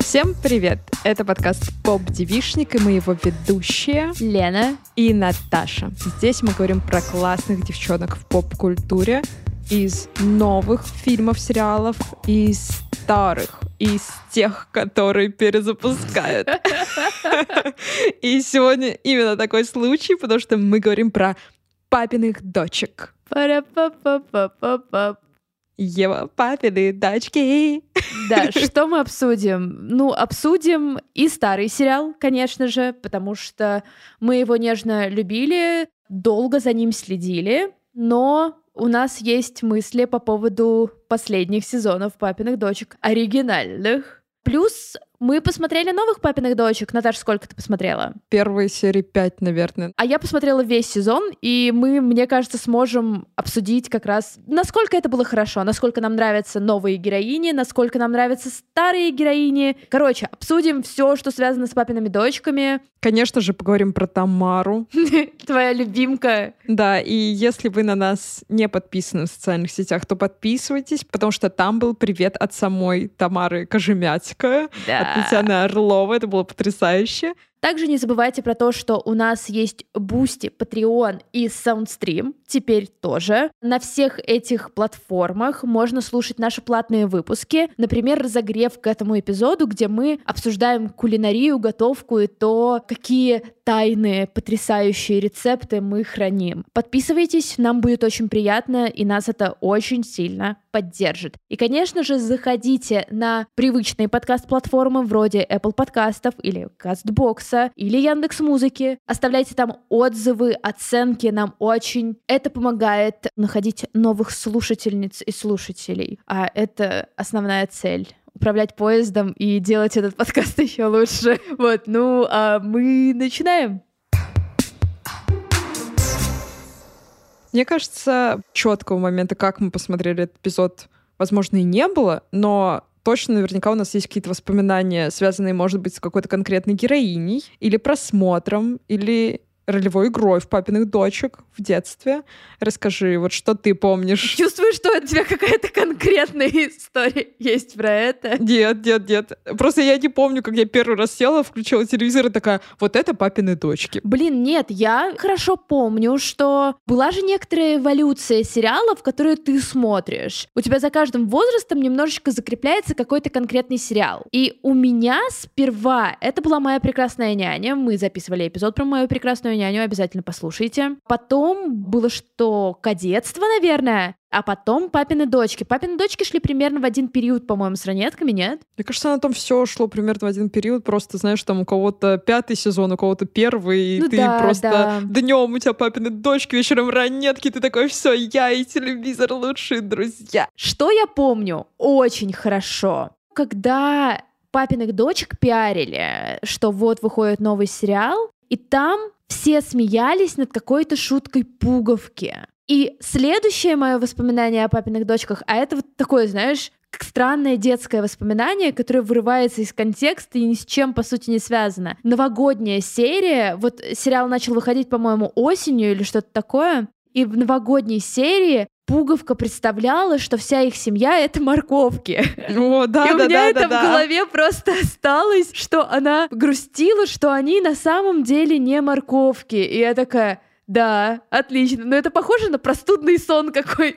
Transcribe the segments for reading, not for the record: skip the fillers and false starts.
Всем привет! Это подкаст «Поп-девишник», и мы его ведущие Лена и Наташа. Здесь мы говорим про классных девчонок в поп-культуре из новых фильмов, сериалов, из старых, из тех, которые перезапускают. И сегодня именно такой случай, потому что мы говорим про папиных дочек. Пара-па-па-па-па-па. Ева, папины дочки. Да, что мы обсудим? Обсудим и старый сериал, конечно же, потому что мы его нежно любили, долго за ним следили, но у нас есть мысли по поводу последних сезонов «Папиных дочек», оригинальных. Плюс мы посмотрели новых «Папиных дочек». Наташа, сколько ты посмотрела? Первые серии 5, наверное. А я посмотрела весь сезон, и мы, мне кажется, сможем обсудить как раз, насколько это было хорошо, насколько нам нравятся новые героини, насколько нам нравятся старые героини. Короче, обсудим все, что связано с «Папиными дочками». Конечно же, поговорим про Тамару. Твоя любимка. Да, и если вы на нас не подписаны в социальных сетях, то подписывайтесь, потому что там был привет от самой Тамары Кожемятько, от Татьяны Орловой. Это было потрясающе. Также не забывайте про то, что у нас есть Boosty, Patreon и Soundstream. Теперь тоже. На всех этих платформах можно слушать наши платные выпуски. Например, разогрев к этому эпизоду, где мы обсуждаем кулинарию, готовку и то, какие тайные, потрясающие рецепты мы храним. Подписывайтесь, нам будет очень приятно, и нас это очень сильно поддержит. И, конечно же, заходите на привычные подкаст-платформы вроде Apple подкастов или CastBox или Яндекс.Музыки. Оставляйте там отзывы, оценки, нам очень это помогает находить новых слушательниц и слушателей. А это основная цель. Управлять поездом и делать этот подкаст еще лучше. Вот, а мы начинаем. Мне кажется, четкого момента, как мы посмотрели этот эпизод, возможно, и не было, но точно наверняка у нас есть какие-то воспоминания, связанные, может быть, с какой-то конкретной героиней, или просмотром, или ролевой игрой в «Папиных дочек» в детстве. Расскажи, вот что ты помнишь? Чувствую, что у тебя какая-то конкретная история есть про это. Нет. Просто я не помню, как я первый раз села, включила телевизор и такая, вот это «Папины дочки». Блин, нет, я хорошо помню, что была же некоторая эволюция сериалов, которые ты смотришь. У тебя за каждым возрастом немножечко закрепляется какой-то конкретный сериал. И у меня сперва это была «Моя прекрасная няня». Мы записывали эпизод про «Мою прекрасную няню», обязательно послушайте. Потом было что? «Кадетство», наверное. А потом «Папины дочки». «Папины дочки» шли примерно в один период, по-моему, с ранетками, нет? Мне кажется, на том все шло примерно в один период. Просто, знаешь, там у кого-то 5-й сезон, у кого-то 1-й, и ты просто днем у тебя «Папины дочки», вечером ранетки, ты такой, все, я и телевизор лучшие друзья. Что я помню очень хорошо? Когда «Папиных дочек» пиарили, что вот выходит новый сериал, и там все смеялись над какой-то шуткой Пуговки. И следующее мое воспоминание о «Папиных дочках», а это вот такое, знаешь, как странное детское воспоминание, которое вырывается из контекста и ни с чем, по сути, не связано. Новогодняя серия, вот сериал начал выходить, по-моему, осенью или что-то такое, и в новогодней серии Пуговка представляла, что вся их семья — это морковки. О, да, и у меня это в голове просто осталось, что она грустила, что они на самом деле не морковки. И я такая, да, отлично. Но это похоже на простудный сон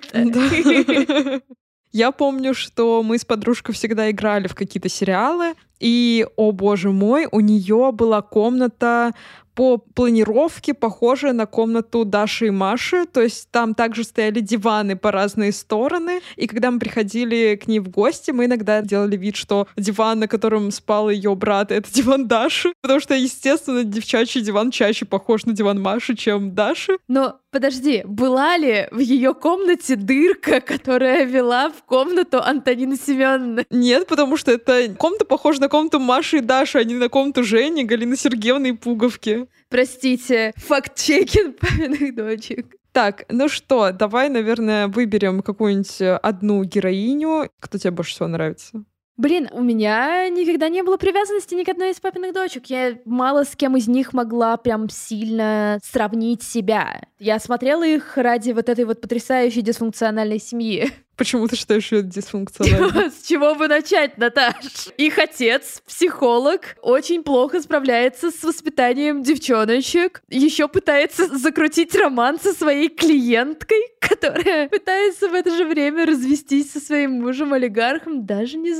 какой-то. Я помню, что мы с подружкой всегда играли в какие-то сериалы, и, о боже мой, у нее была комната по планировке, похожая на комнату Даши и Маши, то есть там также стояли диваны по разные стороны, и когда мы приходили к ней в гости, мы иногда делали вид, что диван, на котором спал ее брат, это диван Даши, потому что, естественно, девчачий диван чаще похож на диван Маши, чем Даши. Но подожди, была ли в ее комнате дырка, которая вела в комнату Антонины Семеновны? Нет, потому что эта комната похожа на комнату Маши и Даши, а не на комнату Жени, Галины Сергеевны и Пуговки. Простите, факт-чекинг «Папиных дочек». Так, ну что, давай, наверное, выберем какую-нибудь одну героиню. Кто тебе больше всего нравится? Блин, у меня никогда не было привязанности ни к одной из «Папиных дочек». Я мало с кем из них могла прям сильно сравнить себя. Я смотрела их ради вот этой вот потрясающей дисфункциональной семьи. Почему ты считаешь ее дисфункциональной? С чего бы начать, Наташ? Их отец, психолог, очень плохо справляется с воспитанием девчоночек. Еще пытается закрутить роман со своей клиенткой, которая пытается в это же время развестись со своим мужем-олигархом. Даже не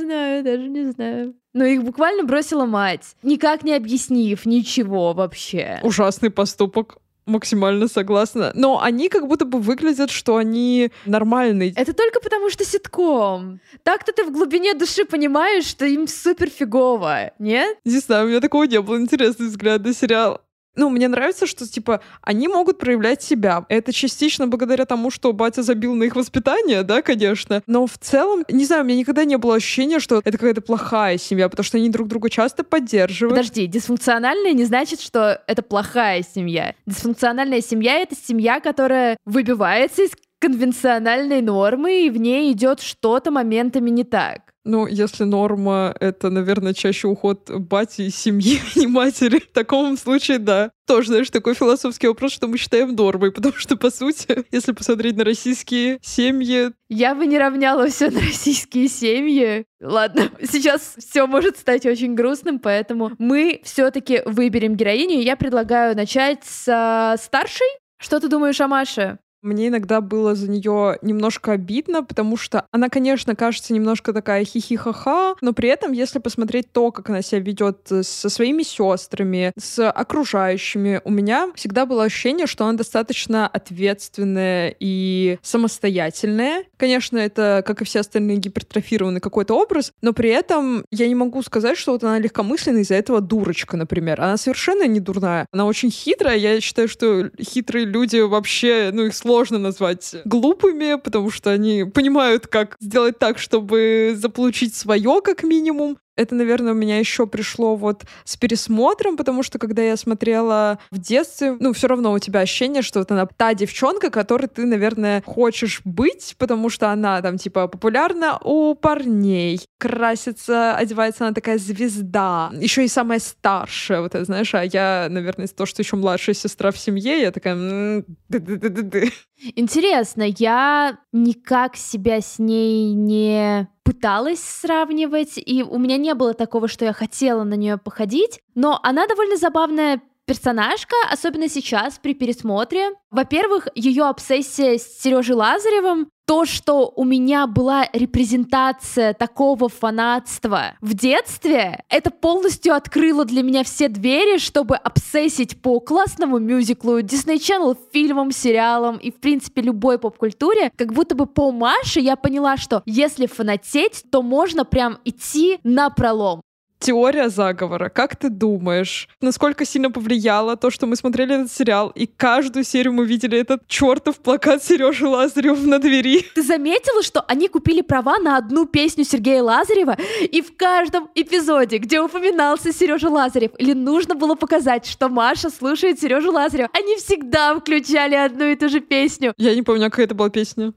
знаю. Но их буквально бросила мать, никак не объяснив ничего вообще. Ужасный поступок. Максимально согласна. Но они как будто бы выглядят, что они нормальные. Это только потому, что ситком. Так-то ты в глубине души понимаешь, что им супер фигово, нет? Не знаю, у меня такого не было. Интересный взгляд на сериал. Ну, мне нравится, что, типа, они могут проявлять себя. Это частично благодаря тому, что батя забил на их воспитание, да, конечно. Но в целом, не знаю, у меня никогда не было ощущения, что это какая-то плохая семья, потому что они друг друга часто поддерживают. Подожди, дисфункциональная не значит, что это плохая семья. Дисфункциональная семья — это семья, которая выбивается из конвенциональной нормы, и в ней идет что-то моментами не так. Ну, если норма — это, наверное, чаще уход бати из семьи, а не матери. В таком случае, да. Тоже, знаешь, такой философский вопрос, что мы считаем нормой, потому что, по сути, если посмотреть на российские семьи... Я бы не равняла все на российские семьи. Ладно, сейчас все может стать очень грустным, поэтому мы все-таки выберем героиню. Я предлагаю начать со старшей. Что ты думаешь о Маше? Мне иногда было за нее немножко обидно, потому что она, конечно, кажется немножко такая хихи-ха-ха, но при этом, если посмотреть то, как она себя ведет со своими сестрами, с окружающими, у меня всегда было ощущение, что она достаточно ответственная и самостоятельная. Конечно, это, как и все остальные, гипертрофированный какой-то образ, но при этом я не могу сказать, что вот она легкомысленная, из-за этого дурочка, например. Она совершенно не дурная. Она очень хитрая. Я считаю, что хитрые люди вообще, ну, их сложно назвать глупыми, потому что они понимают, как сделать так, чтобы заполучить свое, как минимум. Это, наверное, у меня еще пришло вот с пересмотром, потому что когда я смотрела в детстве, ну, все равно у тебя ощущение, что вот она та девчонка, которой ты, наверное, хочешь быть, потому что она там, типа, популярна у парней, красится, одевается, она такая звезда, еще и самая старшая, вот это, знаешь, а я, наверное, из-за того, что еще младшая сестра в семье, я такая... Интересно, я никак себя с ней не пыталась сравнивать, и у меня не было такого, что я хотела на нее походить, но она довольно забавная персонажка, особенно сейчас при пересмотре. Во-первых, ее обсессия с Сережей Лазаревым, то, что у меня была репрезентация такого фанатства в детстве, это полностью открыло для меня все двери, чтобы обсессить по классному мюзиклу, Disney Channel, фильмам, сериалам и, в принципе, любой поп-культуре. Как будто бы по Маше я поняла, что если фанатеть, то можно прям идти напролом. Теория заговора. Как ты думаешь, насколько сильно повлияло то, что мы смотрели этот сериал, и каждую серию мы видели этот чертов плакат Сережи Лазарева на двери? Ты заметила, что они купили права на одну песню Сергея Лазарева, и в каждом эпизоде, где упоминался Сережа Лазарев, или нужно было показать, что Маша слушает Сережу Лазарева, они всегда включали одну и ту же песню. Я не помню, какая это была песня.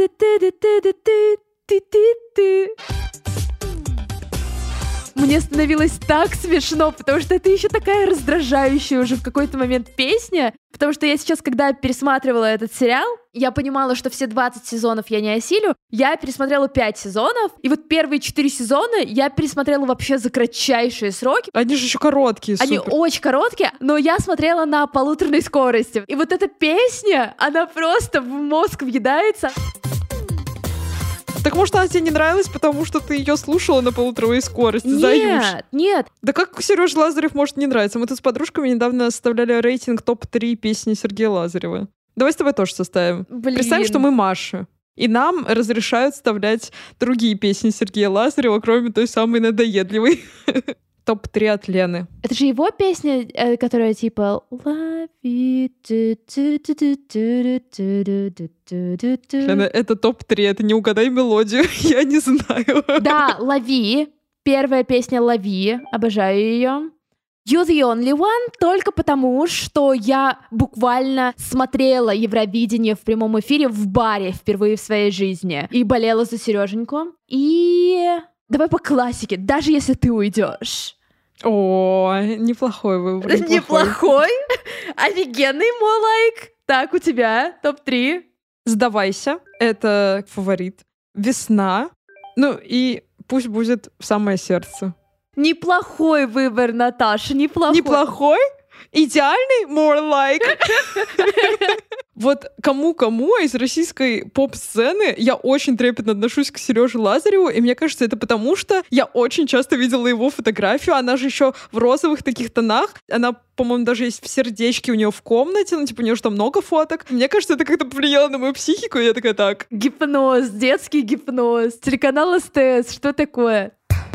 Мне становилось так смешно, потому что это еще такая раздражающая уже в какой-то момент песня, потому что я сейчас, когда пересматривала этот сериал, я понимала, что все 20 сезонов я не осилю, я пересмотрела 5 сезонов, и вот первые 4 сезона я пересмотрела вообще за кратчайшие сроки. Они же еще короткие, Они супер. очень короткие, но я смотрела на полуторной скорости. И вот эта песня, она просто в мозг въедается. Так может, она тебе не нравилась, потому что ты ее слушала на полуторной скорости? Заюш. Нет. Да как Сережа Лазарев может не нравиться? Мы тут с подружками недавно составляли рейтинг топ-3 песни Сергея Лазарева. Давай с тобой тоже составим. Блин. Представим, что мы Маша. И нам разрешают вставлять другие песни Сергея Лазарева, кроме той самой надоедливой. Топ-3 от Лены. Это же его песня, которая типа «Лови». Лена, это топ-3, это не угадай мелодию, я не знаю. Да, «Лови». Первая песня «Лови». Обожаю ее. «You the only one» только потому, что я буквально смотрела Евровидение в прямом эфире в баре впервые в своей жизни и болела за Сереженьку. И давай по классике, даже если ты уйдешь. О, неплохой выбор. Неплохой? Офигенный мой лайк. Так, у тебя топ-3. «Сдавайся» — это фаворит. весна. Ну и пусть будет в самое сердце. Неплохой выбор, Наташа, неплохой. Неплохой? Идеальный? More like. Вот кому-кому из российской поп-сцены я очень трепетно отношусь к Сереже Лазареву, и мне кажется, это потому, что я очень часто видела его фотографию, она же еще в розовых таких тонах, она, по-моему, даже есть в сердечке у нее в комнате, ну, типа, у нее же там много фоток. Мне кажется, это как-то повлияло на мою психику, и я такая, так. Гипноз, детский гипноз, телеканал СТС, что такое?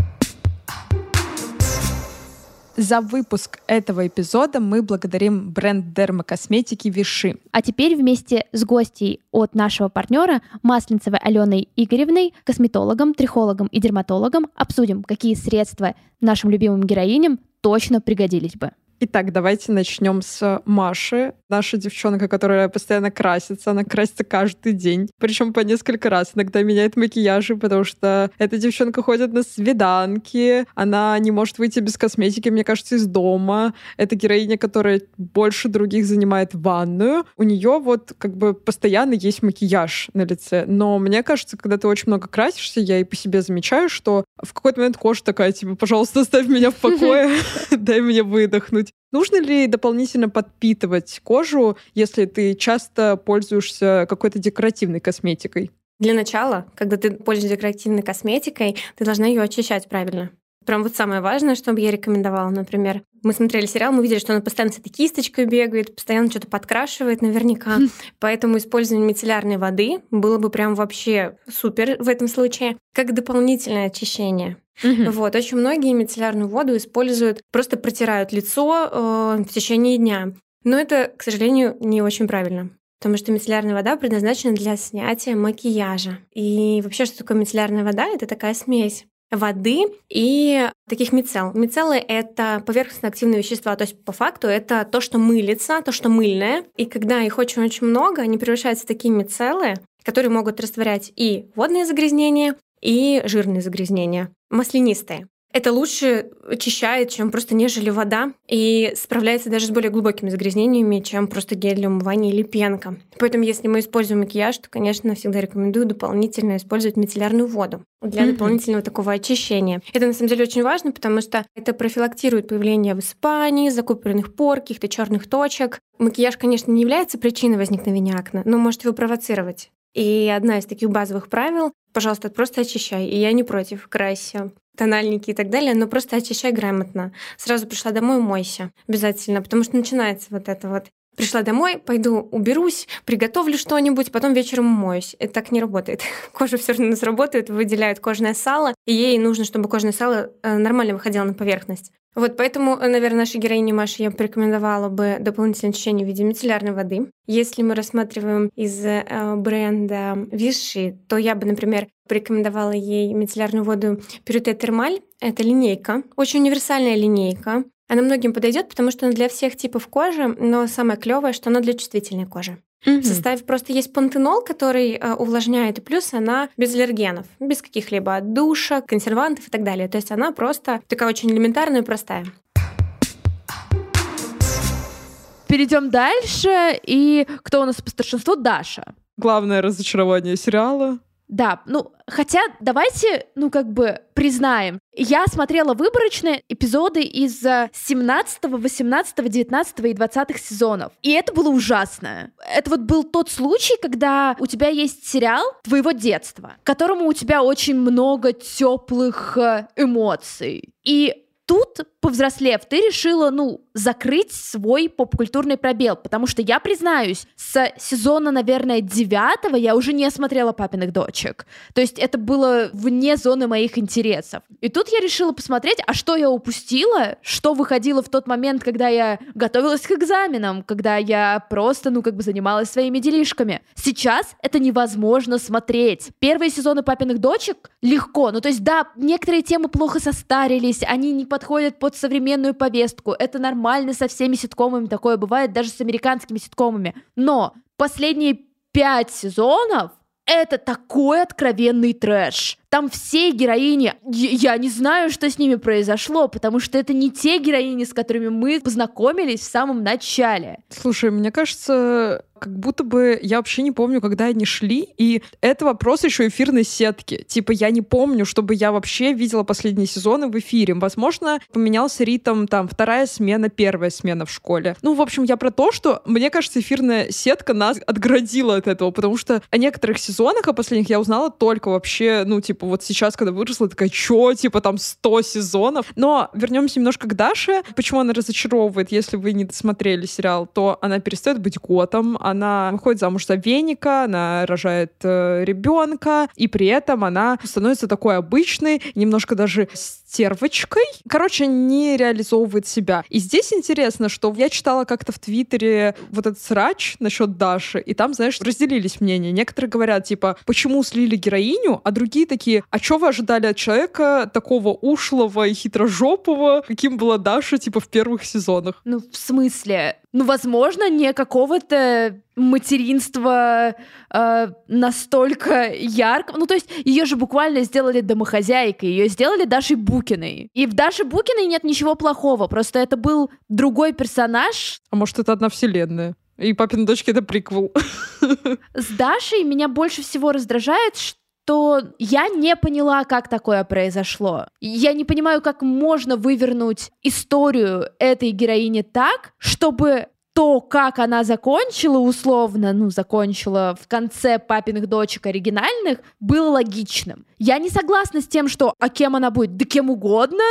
За выпуск этого эпизода мы благодарим бренд дермокосметики Виши. А теперь вместе с гостьей от нашего партнера Масленцевой Аленой Игоревной, косметологом, трихологом и дерматологом, обсудим, какие средства нашим любимым героиням точно пригодились бы. Итак, давайте начнем с Маши. Наша девчонка, которая постоянно красится, она красится каждый день, причем по несколько раз. Иногда меняет макияжи, потому что эта девчонка ходит на свиданки, она не может выйти без косметики, мне кажется, из дома. Это героиня, которая больше других занимает ванную. У нее вот как бы постоянно есть макияж на лице. Но мне кажется, когда ты очень много красишься, я и по себе замечаю, что в какой-то момент кожа такая, типа, пожалуйста, оставь меня в покое, дай мне выдохнуть. Нужно ли дополнительно подпитывать кожу, если ты часто пользуешься какой-то декоративной косметикой? Для начала, когда ты пользуешься декоративной косметикой, ты должна ее очищать правильно. Прям вот самое важное, что бы я рекомендовала, например. Мы смотрели сериал, мы видели, что она постоянно с этой кисточкой бегает, постоянно что-то подкрашивает наверняка. Поэтому использование мицеллярной воды было бы прям вообще супер в этом случае, как дополнительное очищение. Вот. Очень многие мицеллярную воду используют, просто протирают лицо в течение дня. Но это, к сожалению, не очень правильно. Потому что мицеллярная вода предназначена для снятия макияжа. И вообще, что такое мицеллярная вода? Это такая смесь воды и таких мицелл. Мицеллы — это поверхностно-активные вещества, то есть по факту это то, что мылится, то, что мыльное. И когда их очень-очень много, они превращаются в такие мицеллы, которые могут растворять и водные загрязнения, и жирные загрязнения, маслянистые. Это лучше очищает, чем просто нежели вода, и справляется даже с более глубокими загрязнениями, чем просто гель для умывания или пенка. Поэтому, если мы используем макияж, то, конечно, всегда рекомендую дополнительно использовать мицеллярную воду для дополнительного такого очищения. Это, на самом деле, очень важно, потому что это профилактирует появление высыпаний, закупоренных пор, каких-то черных точек. Макияж, конечно, не является причиной возникновения акне, но может его провоцировать. И одна из таких базовых правил — пожалуйста, просто очищай. И я не против, крайся, тональники и так далее, но просто очищай грамотно. Сразу пришла домой, мойся обязательно, потому что начинается вот это вот. Пришла домой, пойду уберусь, приготовлю что-нибудь, потом вечером умоюсь. Это так не работает. Кожа все равно сработает, выделяет кожное сало, и ей нужно, чтобы кожное сало нормально выходило на поверхность. Вот поэтому, наверное, нашей героине Маше я порекомендовала бы дополнительное очищение в виде мицеллярной воды. Если мы рассматриваем из бренда Виши, то я бы, например, порекомендовала ей мицеллярную воду Purité Thermal. Это линейка, очень универсальная линейка. Она многим подойдет, потому что она для всех типов кожи, но самое клевое, что она для чувствительной кожи. В составе просто есть пантенол, который увлажняет, и плюс она без аллергенов, без каких-либо отдушек, консервантов и так далее. То есть она просто такая очень элементарная и простая. Перейдем дальше. И кто у нас по старшинству?Даша. Главное разочарование сериала. Да, хотя давайте, признаем. Я смотрела выборочные эпизоды из 17, 18, 19 и 20 сезонов. И это было ужасно. Это вот был тот случай, когда у тебя есть сериал твоего детства, к которому у тебя очень много теплых эмоций. И тут, повзрослев, ты решила, закрыть свой поп-культурный пробел, потому что я признаюсь, с сезона, наверное, 9 я уже не смотрела «Папиных дочек». То есть это было вне зоны моих интересов. И тут я решила посмотреть, а что я упустила, что выходило в тот момент, когда я готовилась к экзаменам, когда я просто, занималась своими делишками. Сейчас это невозможно смотреть. Первые сезоны «Папиных дочек» легко, некоторые темы плохо состарились, они не подходят под современную повестку, это нормально со всеми ситкомами, такое бывает даже с американскими ситкомами. Но последние 5 сезонов — это такой откровенный трэш. Там все героини, я не знаю, что с ними произошло, потому что это не те героини, с которыми мы познакомились в самом начале. Слушай, мне кажется, как будто бы я вообще не помню, когда они шли, и это вопрос еще эфирной сетки. Типа, я не помню, чтобы я вообще видела последние сезоны в эфире. Возможно, поменялся ритм, там, 2-я смена, 1-я смена в школе. Ну, в общем, я про то, что, мне кажется, эфирная сетка нас отгородила от этого, потому что о некоторых сезонах, о последних, я узнала только вообще, ну, типа, вот сейчас, когда выросла, такая, чё, типа, там 100 сезонов. Но вернемся немножко к Даше. Почему она разочаровывает, если вы не досмотрели сериал, то она перестает быть готом, она выходит замуж за веника, она рожает ребенка, и при этом она становится такой обычной, немножко даже стервочкой. Короче, не реализовывает себя. И здесь интересно, что я читала как-то в Твиттере вот этот срач насчет Даши, и там, знаешь, разделились мнения. Некоторые говорят, типа, почему слили героиню, а другие такие, а что вы ожидали от человека такого ушлого и хитрожопого, каким была Даша, типа, в первых сезонах? Ну, в смысле? Ну, возможно, не какого-то материнства настолько яркого. Ну, то есть ее же буквально сделали домохозяйкой, ее сделали Дашей Букиной. И в Даше Букиной нет ничего плохого, просто это был другой персонаж. А может, это одна вселенная? И «Папины дочки» — это приквел. С Дашей меня больше всего раздражает, что я не поняла, как такое произошло. Я не понимаю, как можно вывернуть историю этой героини так, чтобы то, как она закончила условно, закончила в конце «Папиных дочек» оригинальных, было логичным. Я не согласна с тем, что а кем она будет? Да кем угодно,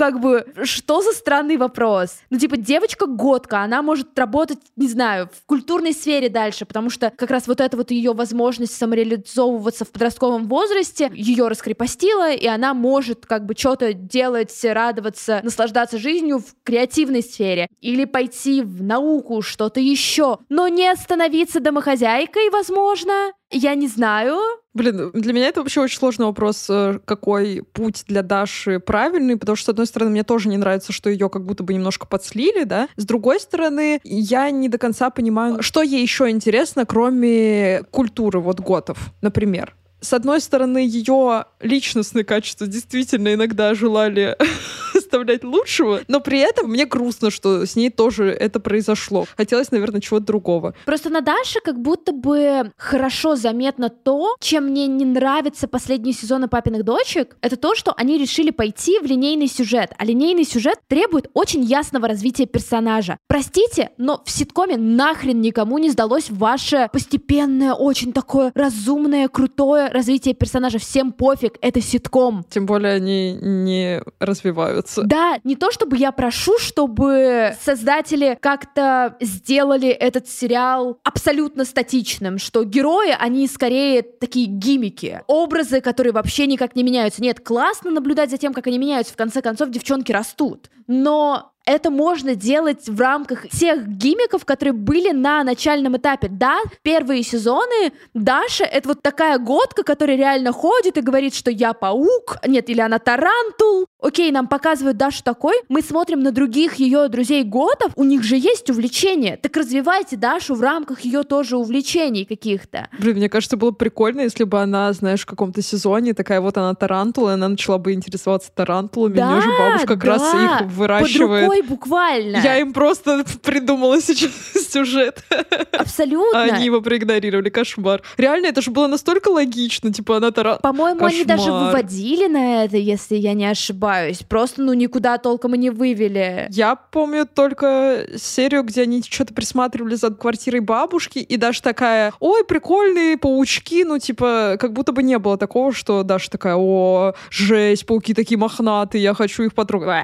что за странный вопрос? Девочка-готка, она может работать, не знаю, в культурной сфере дальше, потому что как раз вот эта вот ее возможность самореализовываться в подростковом возрасте ее раскрепостила, и она может что-то делать, радоваться, наслаждаться жизнью в креативной сфере. Или пойти в науку, что-то еще. Но не становиться домохозяйкой, возможно. Я не знаю. Блин, для меня это вообще очень сложный вопрос, какой путь для Даши правильный, потому что, с одной стороны, мне тоже не нравится, что ее как будто бы немножко подслили, да. С другой стороны, я не до конца понимаю, что ей еще интересно, кроме культуры готов, например. С одной стороны, ее личностные качества действительно иногда желали оставлять лучшего, но при этом мне грустно, что с ней тоже это произошло. Хотелось, наверное, чего-то другого. Просто на Даше как будто бы хорошо заметно то, чем мне не нравятся последние сезоны «Папиных дочек», это то, что они решили пойти в линейный сюжет, а линейный сюжет требует очень ясного развития персонажа. Простите, но в ситкоме нахрен никому не сдалось ваше постепенное, очень такое разумное, крутое развитие персонажа. Всем пофиг, это ситком. Тем более они не развиваются. Да, не то чтобы я прошу, чтобы создатели как-то сделали этот сериал абсолютно статичным, что герои, они скорее такие гиммики, образы, которые вообще никак не меняются. Нет, классно наблюдать за тем, как они меняются. В конце концов, девчонки растут. Но это можно делать в рамках тех гиммиков, которые были на начальном этапе. Да, первые сезоны Даша — это вот такая готка, которая реально ходит и говорит, что я паук, нет, или она тарантул. Окей, нам показывают Дашу такой, мы смотрим на других ее друзей-готов, у них же есть увлечения. Так развивайте Дашу в рамках ее тоже увлечений каких-то. Блин, мне кажется, было бы прикольно, если бы она, знаешь, в каком-то сезоне такая вот она тарантула, и она начала бы интересоваться тарантулами. Да, у нее же бабушка как раз их выращивает. Под рукой буквально. Я им просто придумала сейчас сюжет. Абсолютно. А они его проигнорировали. Кошмар. Реально, это же было настолько логично. Типа она тарантула. По-моему, Кошмар. Они даже выводили на это, если я не ошибаюсь. Просто, никуда толком и не вывели. Я помню только серию, где они что-то присматривали за квартирой бабушки, и Даша такая, ой, прикольные паучки, как будто бы не было такого, что Даша такая, о, жесть, пауки такие мохнатые, я хочу их потрогать.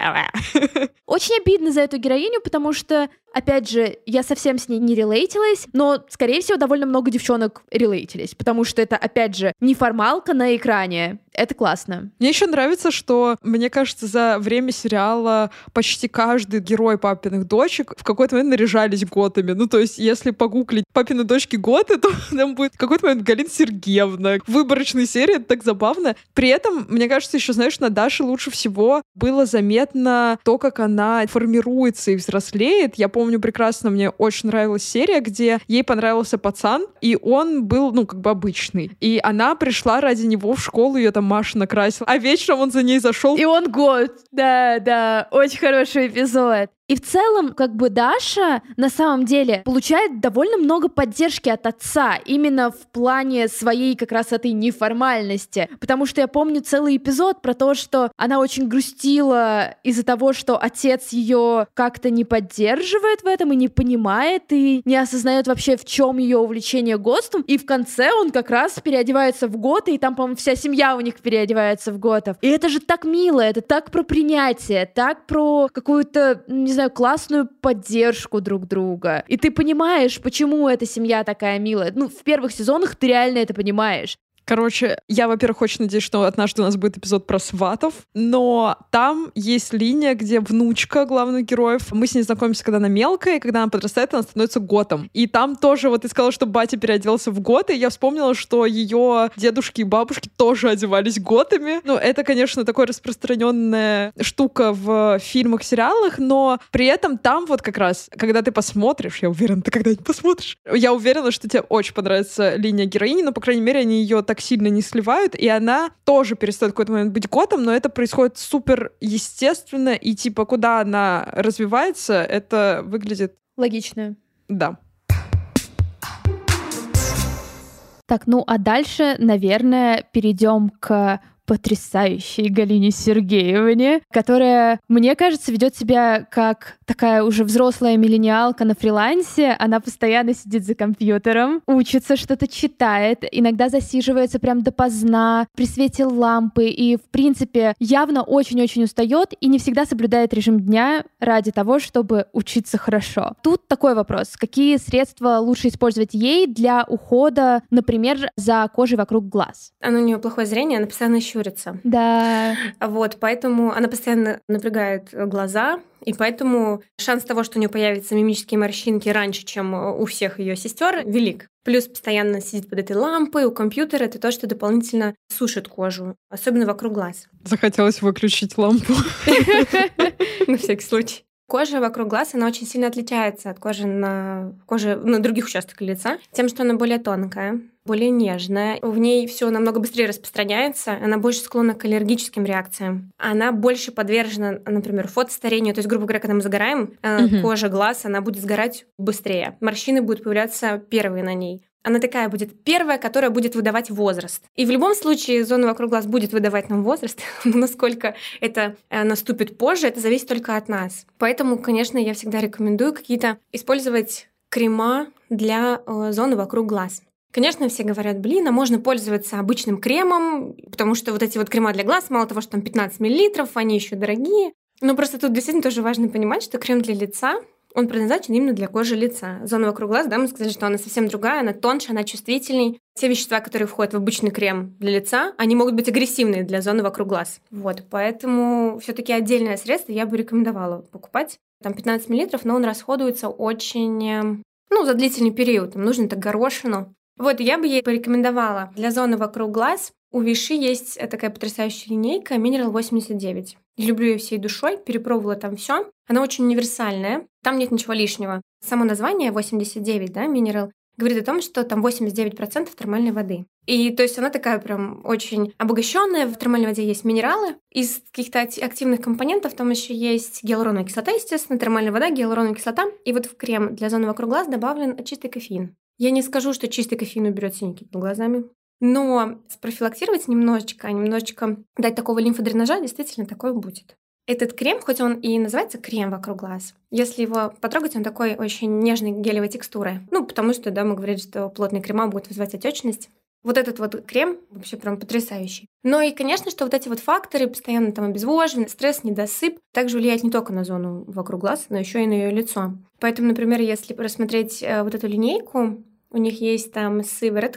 Очень обидно за эту героиню, потому что, опять же, я совсем с ней не релейтилась, но, скорее всего, довольно много девчонок релейтились, потому что это, опять же, неформалка на экране. Это классно. Мне еще нравится, что, мне кажется, за время сериала почти каждый герой «Папиных дочек» в какой-то момент наряжались готами. То есть, если погуглить «Папины дочки готы», то там будет в какой-то момент Галина Сергеевна. Выборочные серии, это так забавно. При этом, мне кажется, еще, знаешь, на Даше лучше всего было заметно то, как она формируется и взрослеет. Я помню, помню прекрасно, мне очень нравилась серия, где ей понравился пацан, и он был, обычный. И она пришла ради него в школу, ее там Маша накрасила, а вечером он за ней зашел. И он год. Да, очень хороший эпизод. И в целом, Даша на самом деле получает довольно много поддержки от отца, именно в плане своей как раз этой неформальности. Потому что я помню целый эпизод про то, что она очень грустила из-за того, что отец ее как-то не поддерживает в этом и не понимает, и не осознает вообще, в чем ее увлечение готством. И в конце он как раз переодевается в готы, и там, по-моему, вся семья у них переодевается в готов. И это же так мило, это так про принятие, так про какую-то, не знаю, классную поддержку друг друга. И ты понимаешь, почему эта семья такая милая. В первых сезонах ты реально это понимаешь. Короче, я, во-первых, очень надеюсь, что однажды у нас будет эпизод про сватов, но там есть линия, где внучка главных героев, мы с ней знакомимся, когда она мелкая, и когда она подрастает, она становится готом. И там тоже, ты сказала, что батя переоделся в готы, и я вспомнила, что ее дедушки и бабушки тоже одевались готами. Это, конечно, такая распространенная штука в фильмах, сериалах, но при этом там как раз, когда ты посмотришь, я уверена, ты когда-нибудь посмотришь, я уверена, что тебе очень понравится линия героини, но, по крайней мере, они ее так сильно не сливают, и она тоже перестает в какой-то момент быть готом, но это происходит супер естественно, и куда она развивается, это выглядит... Логично. Да. Так, а дальше, наверное, перейдем к потрясающей Галине Сергеевне, которая, мне кажется, ведет себя как такая уже взрослая миллениалка на фрилансе. Она постоянно сидит за компьютером, учится, что-то читает, иногда засиживается прям допоздна при свете лампы и, в принципе, явно очень-очень устает и не всегда соблюдает режим дня ради того, чтобы учиться хорошо. Тут такой вопрос. Какие средства лучше использовать ей для ухода, например, за кожей вокруг глаз? У нее плохое зрение, она постоянно щурится. Да. Поэтому она постоянно напрягает глаза, и поэтому шанс того, что у нее появятся мимические морщинки раньше, чем у всех ее сестер, велик. Плюс постоянно сидит под этой лампой, у компьютера, это то, что дополнительно сушит кожу, особенно вокруг глаз. Захотелось выключить лампу. На всякий случай. Кожа вокруг глаз, она очень сильно отличается от кожи на других участках лица, тем, что она более тонкая, более нежная. В ней все намного быстрее распространяется, она больше склонна к аллергическим реакциям. Она больше подвержена, например, фотостарению. То есть, грубо говоря, когда мы загораем, кожа глаз, она будет сгорать быстрее. Морщины будут появляться первые на ней. Она такая будет первая, которая будет выдавать возраст. И в любом случае зона вокруг глаз будет выдавать нам возраст, но насколько это наступит позже, это зависит только от нас. Поэтому, конечно, я всегда рекомендую использовать крема для зоны вокруг глаз. Конечно, все говорят, а можно пользоваться обычным кремом, потому что эти крема для глаз, мало того, что там 15 мл, они еще дорогие. Но просто тут действительно тоже важно понимать, что крем для лица, он предназначен именно для кожи лица. Зона вокруг глаз, мы сказали, что она совсем другая, она тоньше, она чувствительней. Те вещества, которые входят в обычный крем для лица, они могут быть агрессивные для зоны вокруг глаз. Поэтому все-таки отдельное средство я бы рекомендовала покупать. Там 15 мл, но он расходуется очень, за длительный период. Там нужно так горошину. Я бы ей порекомендовала для зоны вокруг глаз. У Виши есть такая потрясающая линейка Mineral 89. Люблю ее всей душой, перепробовала там все. Она очень универсальная, там нет ничего лишнего. Само название 89, Mineral, говорит о том, что там 89% термальной воды. И то есть она такая прям очень обогащенная. В термальной воде есть минералы. Из каких-то активных компонентов там еще есть гиалуроновая кислота, естественно, термальная вода, гиалуроновая кислота. И в крем для зоны вокруг глаз добавлен чистый кофеин. Я не скажу, что чистый кофеин уберет синяки под глазами, но спрофилактировать немножечко дать такого лимфодренажа, действительно такое будет. Этот крем, хоть он и называется крем вокруг глаз, если его потрогать, он такой очень нежной гелевой текстуры. Потому что, мы говорили, что плотные крема будут вызывать отечность. Этот крем вообще прям потрясающий. Но и, конечно, что эти факторы, постоянно там обезвоживание, стресс, недосып, также влияют не только на зону вокруг глаз, но еще и на ее лицо. Поэтому, например, если рассмотреть эту линейку, у них есть там сыворотка,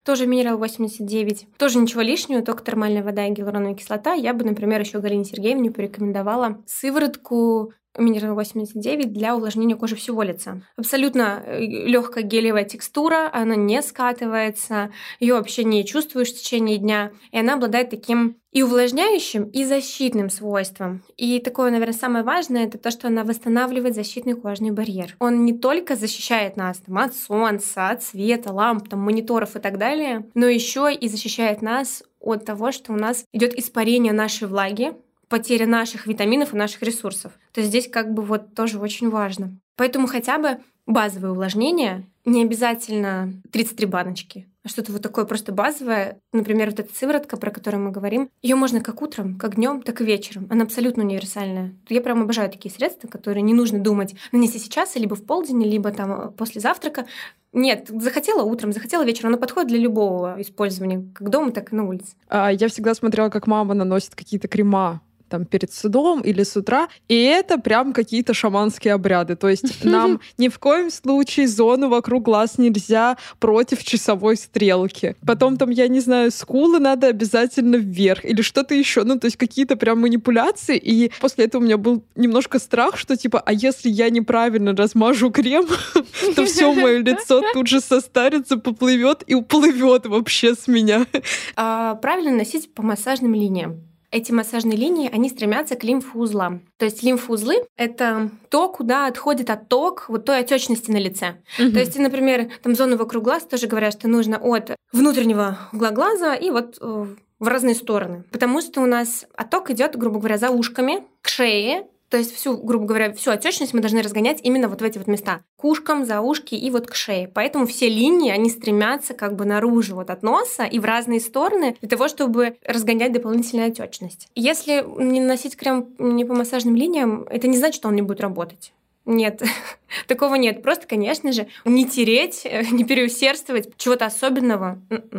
тоже минерал 89. Тоже ничего лишнего, только термальная вода и гиалуроновая кислота. Я бы, например, еще Галине Сергеевне порекомендовала сыворотку минерал 89 для увлажнения кожи всего лица. Абсолютно легкая гелевая текстура, она не скатывается, ее вообще не чувствуешь в течение дня, и она обладает таким и увлажняющим, и защитным свойством. И такое, наверное, самое важное, это то, что она восстанавливает защитный кожный барьер. Он не только защищает нас от солнца, от света, ламп, мониторов и так далее, но еще и защищает нас от того, что у нас идет испарение нашей влаги, потеря наших витаминов и наших ресурсов. То есть здесь тоже очень важно. Поэтому хотя бы базовое увлажнение, не обязательно 33 баночки, а что-то такое просто базовое. Например, эта сыворотка, про которую мы говорим, ее можно как утром, как днем, так и вечером. Она абсолютно универсальная. Я прям обожаю такие средства, которые не нужно думать, нанести сейчас, либо в полдень, либо после завтрака. Нет, захотела утром, захотела вечером. Она подходит для любого использования, как дома, так и на улице. Я всегда смотрела, как мама наносит какие-то крема перед судом или с утра, и это прям какие-то шаманские обряды. То есть нам ни в коем случае зону вокруг глаз нельзя против часовой стрелки. Потом я не знаю, скулы надо обязательно вверх или что-то еще. То есть какие-то прям манипуляции. И после этого у меня был немножко страх, что а если я неправильно размажу крем, то все мое лицо тут же состарится, поплывет и уплывет вообще с меня. Правильно носить по массажным линиям. Эти массажные линии, они стремятся к лимфоузлам. То есть лимфоузлы — это то, куда отходит отток той отечности на лице. То есть, например, зону вокруг глаз тоже говорят, что нужно от внутреннего угла глаза и в разные стороны. Потому что у нас отток идет, грубо говоря, за ушками, к шее. То есть грубо говоря, всю отечность мы должны разгонять именно в эти места. К ушкам, за ушки и к шее. Поэтому все линии, они стремятся наружу от носа и в разные стороны для того, чтобы разгонять дополнительную отечность. Если не наносить крем не по массажным линиям, это не значит, что он не будет работать. Нет, такого нет. Просто, конечно же, не тереть, не переусердствовать, чего-то особенного.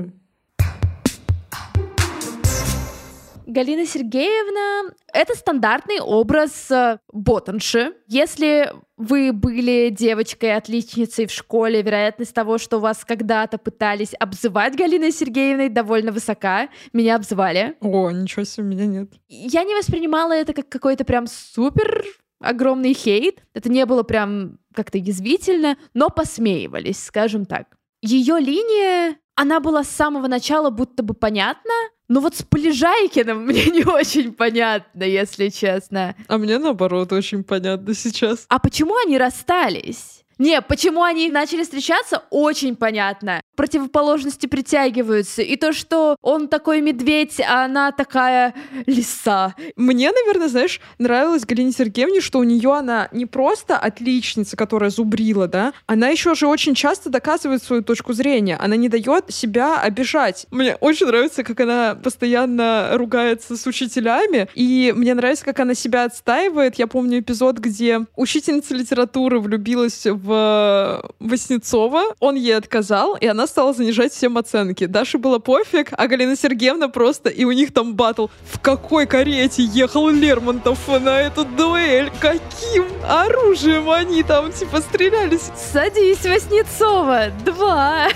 Галина Сергеевна — это стандартный образ ботанши. Если вы были девочкой-отличницей в школе, вероятность того, что вас когда-то пытались обзывать Галиной Сергеевной, довольно высока. Меня обзывали. О, ничего себе, меня нет. Я не воспринимала это как какой-то прям супер огромный хейт. Это не было прям как-то язвительно, но посмеивались, скажем так. Ее линия, она была с самого начала будто бы понятна, но с Полежайкиным мне не очень понятно, если честно. А мне, наоборот, очень понятно сейчас. А почему они расстались? Не, почему они начали встречаться, очень понятно. Противоположности притягиваются. И то, что он такой медведь, а она такая лиса. Мне, наверное, знаешь, нравилось Галине Сергеевне, что у нее она не просто отличница, которая зубрила, да, она еще же очень часто доказывает свою точку зрения. Она не дает себя обижать. Мне очень нравится, как она постоянно ругается с учителями, и мне нравится, как она себя отстаивает. Я помню эпизод, где учительница литературы влюбилась в Васнецова, он ей отказал, и она стала занижать всем оценки. Даше было пофиг, а Галина Сергеевна просто, и у них там баттл. В какой карете ехал Лермонтов на эту дуэль? Каким оружием они там стрелялись? Садись, Васнецова, 2.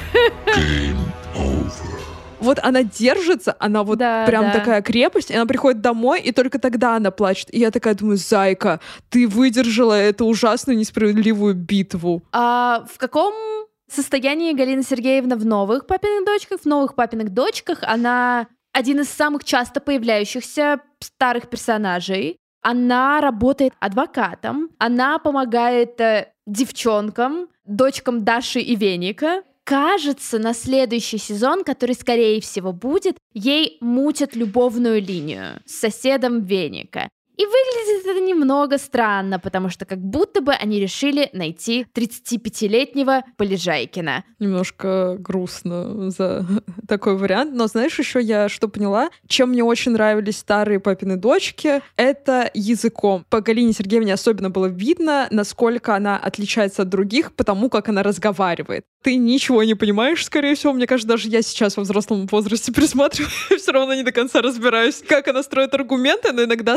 Вот она держится, она прям такая крепость, и она приходит домой, и только тогда она плачет. И я такая думаю, зайка, ты выдержала эту ужасную несправедливую битву. А в каком состоянии Галина Сергеевна в новых папиных дочках? В новых папиных дочках она один из самых часто появляющихся старых персонажей. Она работает адвокатом, она помогает девчонкам, дочкам Даши и Веника. Кажется, на следующий сезон, который, скорее всего, будет, ей мутят любовную линию с соседом Веника. И выглядит это немного странно, потому что как будто бы они решили найти 35-летнего Полежайкина. Немножко грустно за такой вариант. Но знаешь, еще я что поняла? Чем мне очень нравились старые папины дочки, это языком. По Галине Сергеевне особенно было видно, насколько она отличается от других, потому как она разговаривает. Ты ничего не понимаешь, скорее всего. Мне кажется, даже я сейчас во взрослом возрасте присматриваю, все равно не до конца разбираюсь, как она строит аргументы, но иногда, знаешь, я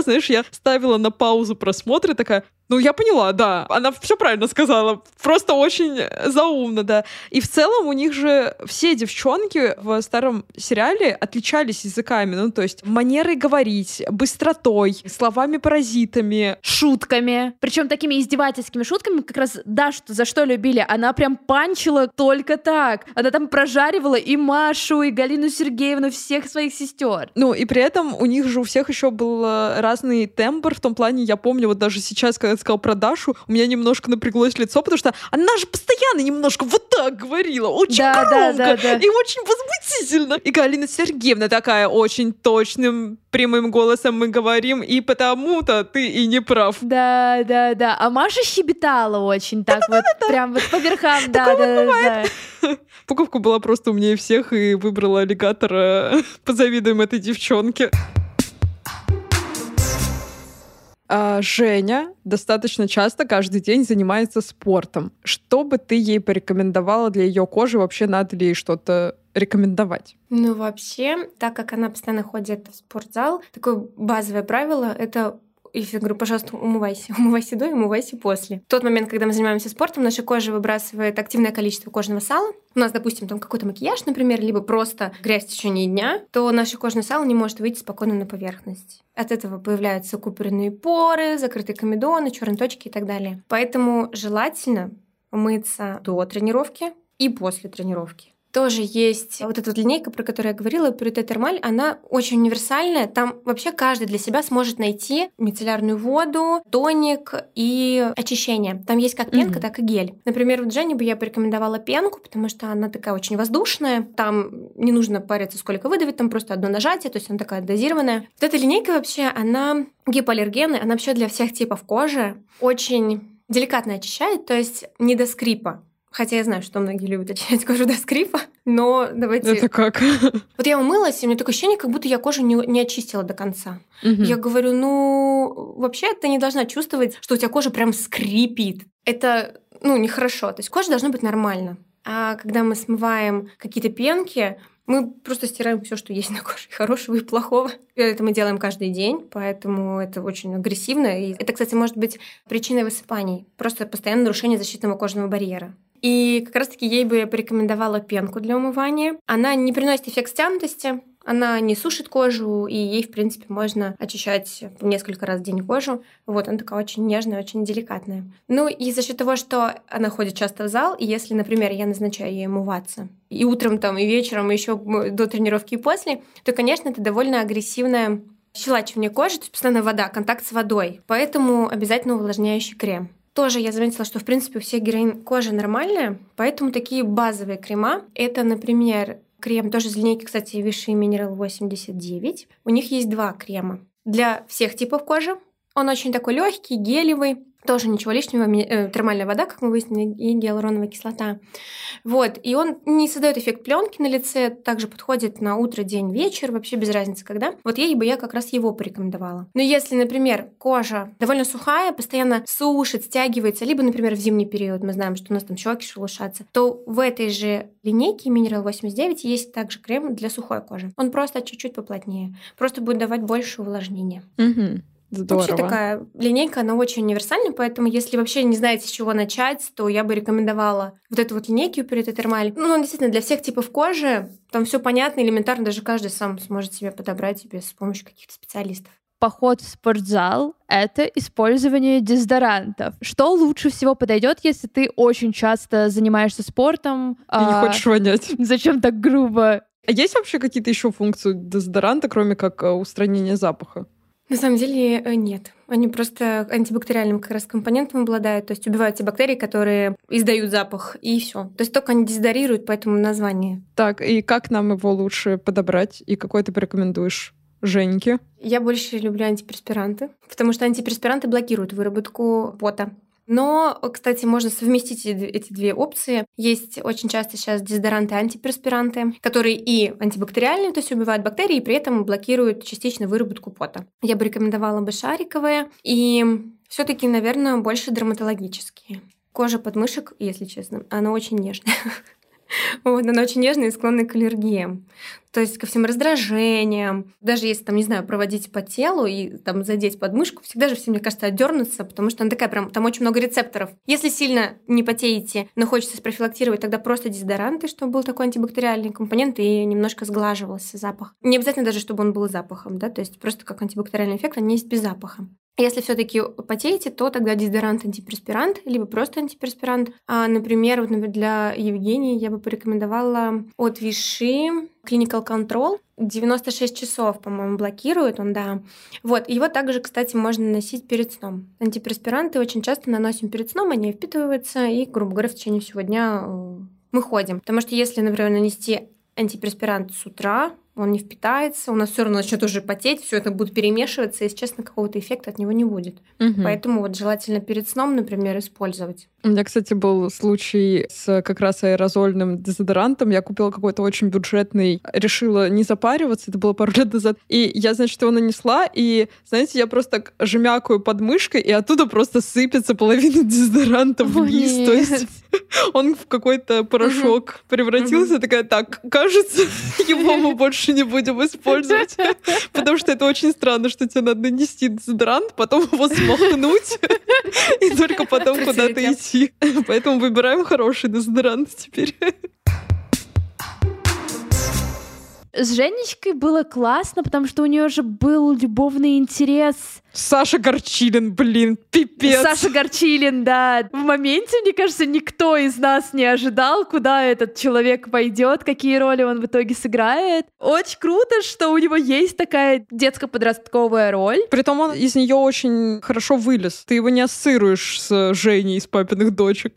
ставила на паузу просмотра, такая, ну, я поняла, да, она все правильно сказала, просто очень заумно, да. И в целом у них же все девчонки в старом сериале отличались языками, ну, то есть манерой говорить, быстротой, словами-паразитами. Шутками. Причем такими издевательскими шутками, как раз Дашу за что любили. Она прям панчила только так. Она там прожаривала и Машу, и Галину Сергеевну, всех своих сестер. Ну, и при этом у них же у всех еще был разный тембр, в том плане, я помню, вот даже сейчас, когда ты сказал про Дашу, у меня немножко напряглось лицо, потому что она же постоянно немножко вот так говорила, очень громко и очень возмутительно. И Галина Сергеевна такая очень точным, прямым голосом мы говорим, и потому-то ты и не прав. Да. А Маша щебетала очень так вот, прям вот по верхам, да. Пуговка была просто умнее всех и выбрала аллигатора. Позавидуем этой девчонке. Женя достаточно часто каждый день занимается спортом. Что бы ты ей порекомендовала для ее кожи? Вообще надо ли ей что-то рекомендовать? Ну, вообще, так как она постоянно ходит в спортзал, такое базовое правило — это я говорю, пожалуйста, умывайся. Умывайся до и умывайся после. В тот момент, когда мы занимаемся спортом, наша кожа выбрасывает активное количество кожного сала. У нас, допустим, там какой-то макияж, например, либо просто грязь в течение дня, то наше кожное сало не может выйти спокойно на поверхность. От этого появляются купоренные поры, закрытые комедоны, черные точки и так далее. Поэтому желательно мыться до тренировки и после тренировки. Тоже есть вот эта вот линейка, про которую я говорила, Purité Thermal, она очень универсальная. Там вообще каждый для себя сможет найти мицеллярную воду, тоник и очищение. Там есть как пенка, так и гель. Например, вот Жене бы я порекомендовала пенку, потому что она такая очень воздушная. Там не нужно париться, сколько выдавить, там просто одно нажатие, то есть она такая дозированная. Вот эта линейка вообще, она гипоаллергенная, она вообще для всех типов кожи очень деликатно очищает, то есть не до скрипа. Хотя я знаю, что многие любят очищать кожу до скрипа, но давайте... Это как? Вот я умылась, и у меня такое ощущение, как будто я кожу не очистила до конца. Я говорю, ну, вообще ты не должна чувствовать, что у тебя кожа прям скрипит. Это, нехорошо. То есть кожа должна быть нормально. А когда мы смываем какие-то пенки, мы просто стираем все, что есть на коже, и хорошего, и плохого. И это мы делаем каждый день, поэтому это очень агрессивно. И это, кстати, может быть причиной высыпаний. Просто постоянное нарушение защитного кожного барьера. И как раз-таки ей бы я порекомендовала пенку для умывания. Она не приносит эффект стянутости, она не сушит кожу, и ей, в принципе, можно очищать несколько раз в день кожу. Вот, она такая очень нежная, очень деликатная. Ну и за счет того, что она ходит часто в зал, и если, например, я назначаю ей умываться и утром, там, и вечером, и еще до тренировки и после, то, конечно, это довольно агрессивное щелачивание кожи, то есть постоянно вода, контакт с водой. Поэтому обязательно увлажняющий крем. Тоже я заметила, что, в принципе, у всех героинь кожа нормальная, поэтому такие базовые крема — это, например, крем тоже из линейки, кстати, Vichy Mineral 89. У них есть 2 крема для всех типов кожи. Он очень такой легкий, гелевый, тоже ничего лишнего, термальная вода, как мы выяснили, и гиалуроновая кислота. Вот, и он не создает эффект пленки на лице, также подходит на утро, день, вечер, вообще без разницы когда. Вот ей бы я как раз его порекомендовала. Но если, например, кожа довольно сухая, постоянно сушит, стягивается, либо, например, в зимний период мы знаем, что у нас там щеки шелушатся, то в этой же линейке Mineral 89 есть также крем для сухой кожи. Он просто чуть-чуть поплотнее, просто будет давать больше увлажнения. Здорово. Вообще такая линейка, она очень универсальна, поэтому если вообще не знаете, с чего начать, то я бы рекомендовала вот эту вот линейку Purité Thermal. Ну, действительно, для всех типов кожи, там все понятно, элементарно, даже каждый сам сможет себе подобрать без помощи каких-то специалистов. Поход в спортзал — это использование дезодорантов. Что лучше всего подойдет, если ты очень часто занимаешься спортом? И не хочешь вонять. Зачем так грубо? А есть вообще какие-то еще функции дезодоранта, кроме как устранения запаха? На самом деле нет. Они просто антибактериальным как раз компонентом обладают, то есть убивают те бактерии, которые издают запах, и все. То есть только они дезодорируют, поэтому название. Так, и как нам его лучше подобрать? И какой ты порекомендуешь Женьке? Я больше люблю антиперспиранты, потому что антиперспиранты блокируют выработку пота. Но, кстати, можно совместить эти 2 опции. Есть очень часто сейчас дезодоранты-антиперспиранты, которые и антибактериальные, то есть убивают бактерии, и при этом блокируют частично выработку пота. Я бы рекомендовала бы шариковые, и все-таки, наверное, больше дерматологические. Кожа подмышек, если честно, она очень нежная. Вот, она очень нежная и склонна к аллергиям. То есть ко всем раздражениям. Даже если, там, не знаю, проводить по телу и там задеть подмышку, всегда же все, мне кажется, отдернутся, потому что она такая прям, там очень много рецепторов. Если сильно не потеете, но хочется спрофилактировать, тогда просто дезодоранты, чтобы был такой антибактериальный компонент и немножко сглаживался запах. Не обязательно даже, чтобы он был запахом, да, то есть просто как антибактериальный эффект, они есть без запаха. Если все-таки потеете, то тогда дезодорант, антиперспирант, либо просто антиперспирант. Например, для Евгении я бы порекомендовала от Vichy Clinical Control. 96 часов, по-моему, блокирует он, да. Вот, его также, кстати, можно носить перед сном. Антиперспиранты очень часто наносим перед сном, они впитываются, и, грубо говоря, в течение всего дня мы ходим. Потому что если, например, нанести антиперспирант с утра, он не впитается, у нас все равно начнет уже потеть, все это будет перемешиваться, и, если честно, какого-то эффекта от него не будет. Поэтому вот желательно перед сном, например, использовать. У меня, кстати, был случай с как раз аэрозольным дезодорантом. Я купила какой-то очень бюджетный, решила не запариваться, это было пару лет назад. И я, значит, его нанесла, и, знаете, я просто так жмякаю подмышкой, и оттуда просто сыпется половина дезодоранта вниз. То есть он в какой-то порошок превратился. Такая, так, кажется, его мы больше не будем использовать. Потому что это очень странно, что тебе надо нанести дезодорант, потом его смахнуть, и только потом куда-то идти. Поэтому выбираем хороший дезодорант теперь. С Женечкой было классно, потому что у нее же был любовный интерес. Саша Горчилин, блин, пипец. Саша Горчилин, да. В моменте, мне кажется, никто из нас не ожидал, куда этот человек пойдет, какие роли он в итоге сыграет. Очень круто, что у него есть такая детско-подростковая роль. Притом он из нее очень хорошо вылез. Ты его не ассоциируешь с Женей из «Папиных дочек».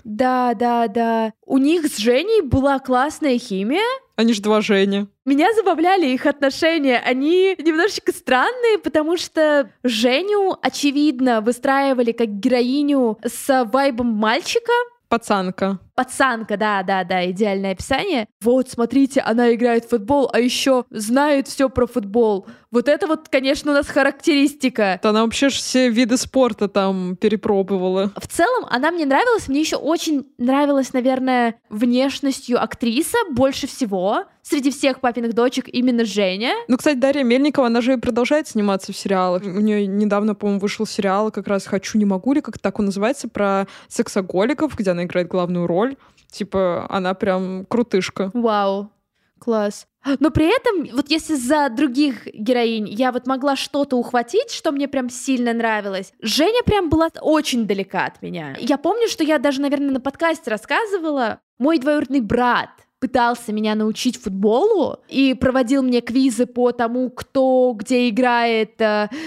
Да. У них с Женей была классная химия. Они же два Жени. Меня забавляли их отношения. Они немножечко странные, потому что Женю, очевидно, выстраивали как героиню с вайбом мальчика. Пацанка. Пацанка, да, идеальное описание. Вот, смотрите, она играет в футбол, а еще знает все про футбол. Вот это вот, конечно, у нас характеристика. Она вообще же все виды спорта там перепробовала. В целом, она мне нравилась. Мне еще очень нравилась, наверное, внешностью актриса больше всего. Среди всех «Папиных дочек» именно Женя. Ну, кстати, Дарья Мельникова, она же и продолжает сниматься в сериалах. У нее недавно, по-моему, вышел сериал как раз «Хочу, не могу» ли, как так он называется, про сексоголиков, где она играет главную роль. Типа, она прям крутышка. Вау, класс. Но при этом, вот если за других героинь я вот могла что-то ухватить, что мне прям сильно нравилось, Женя прям была очень далека от меня. Я помню, что я даже, наверное, на подкасте рассказывала, мой двоюродный брат пытался меня научить футболу и проводил мне квизы по тому, кто где играет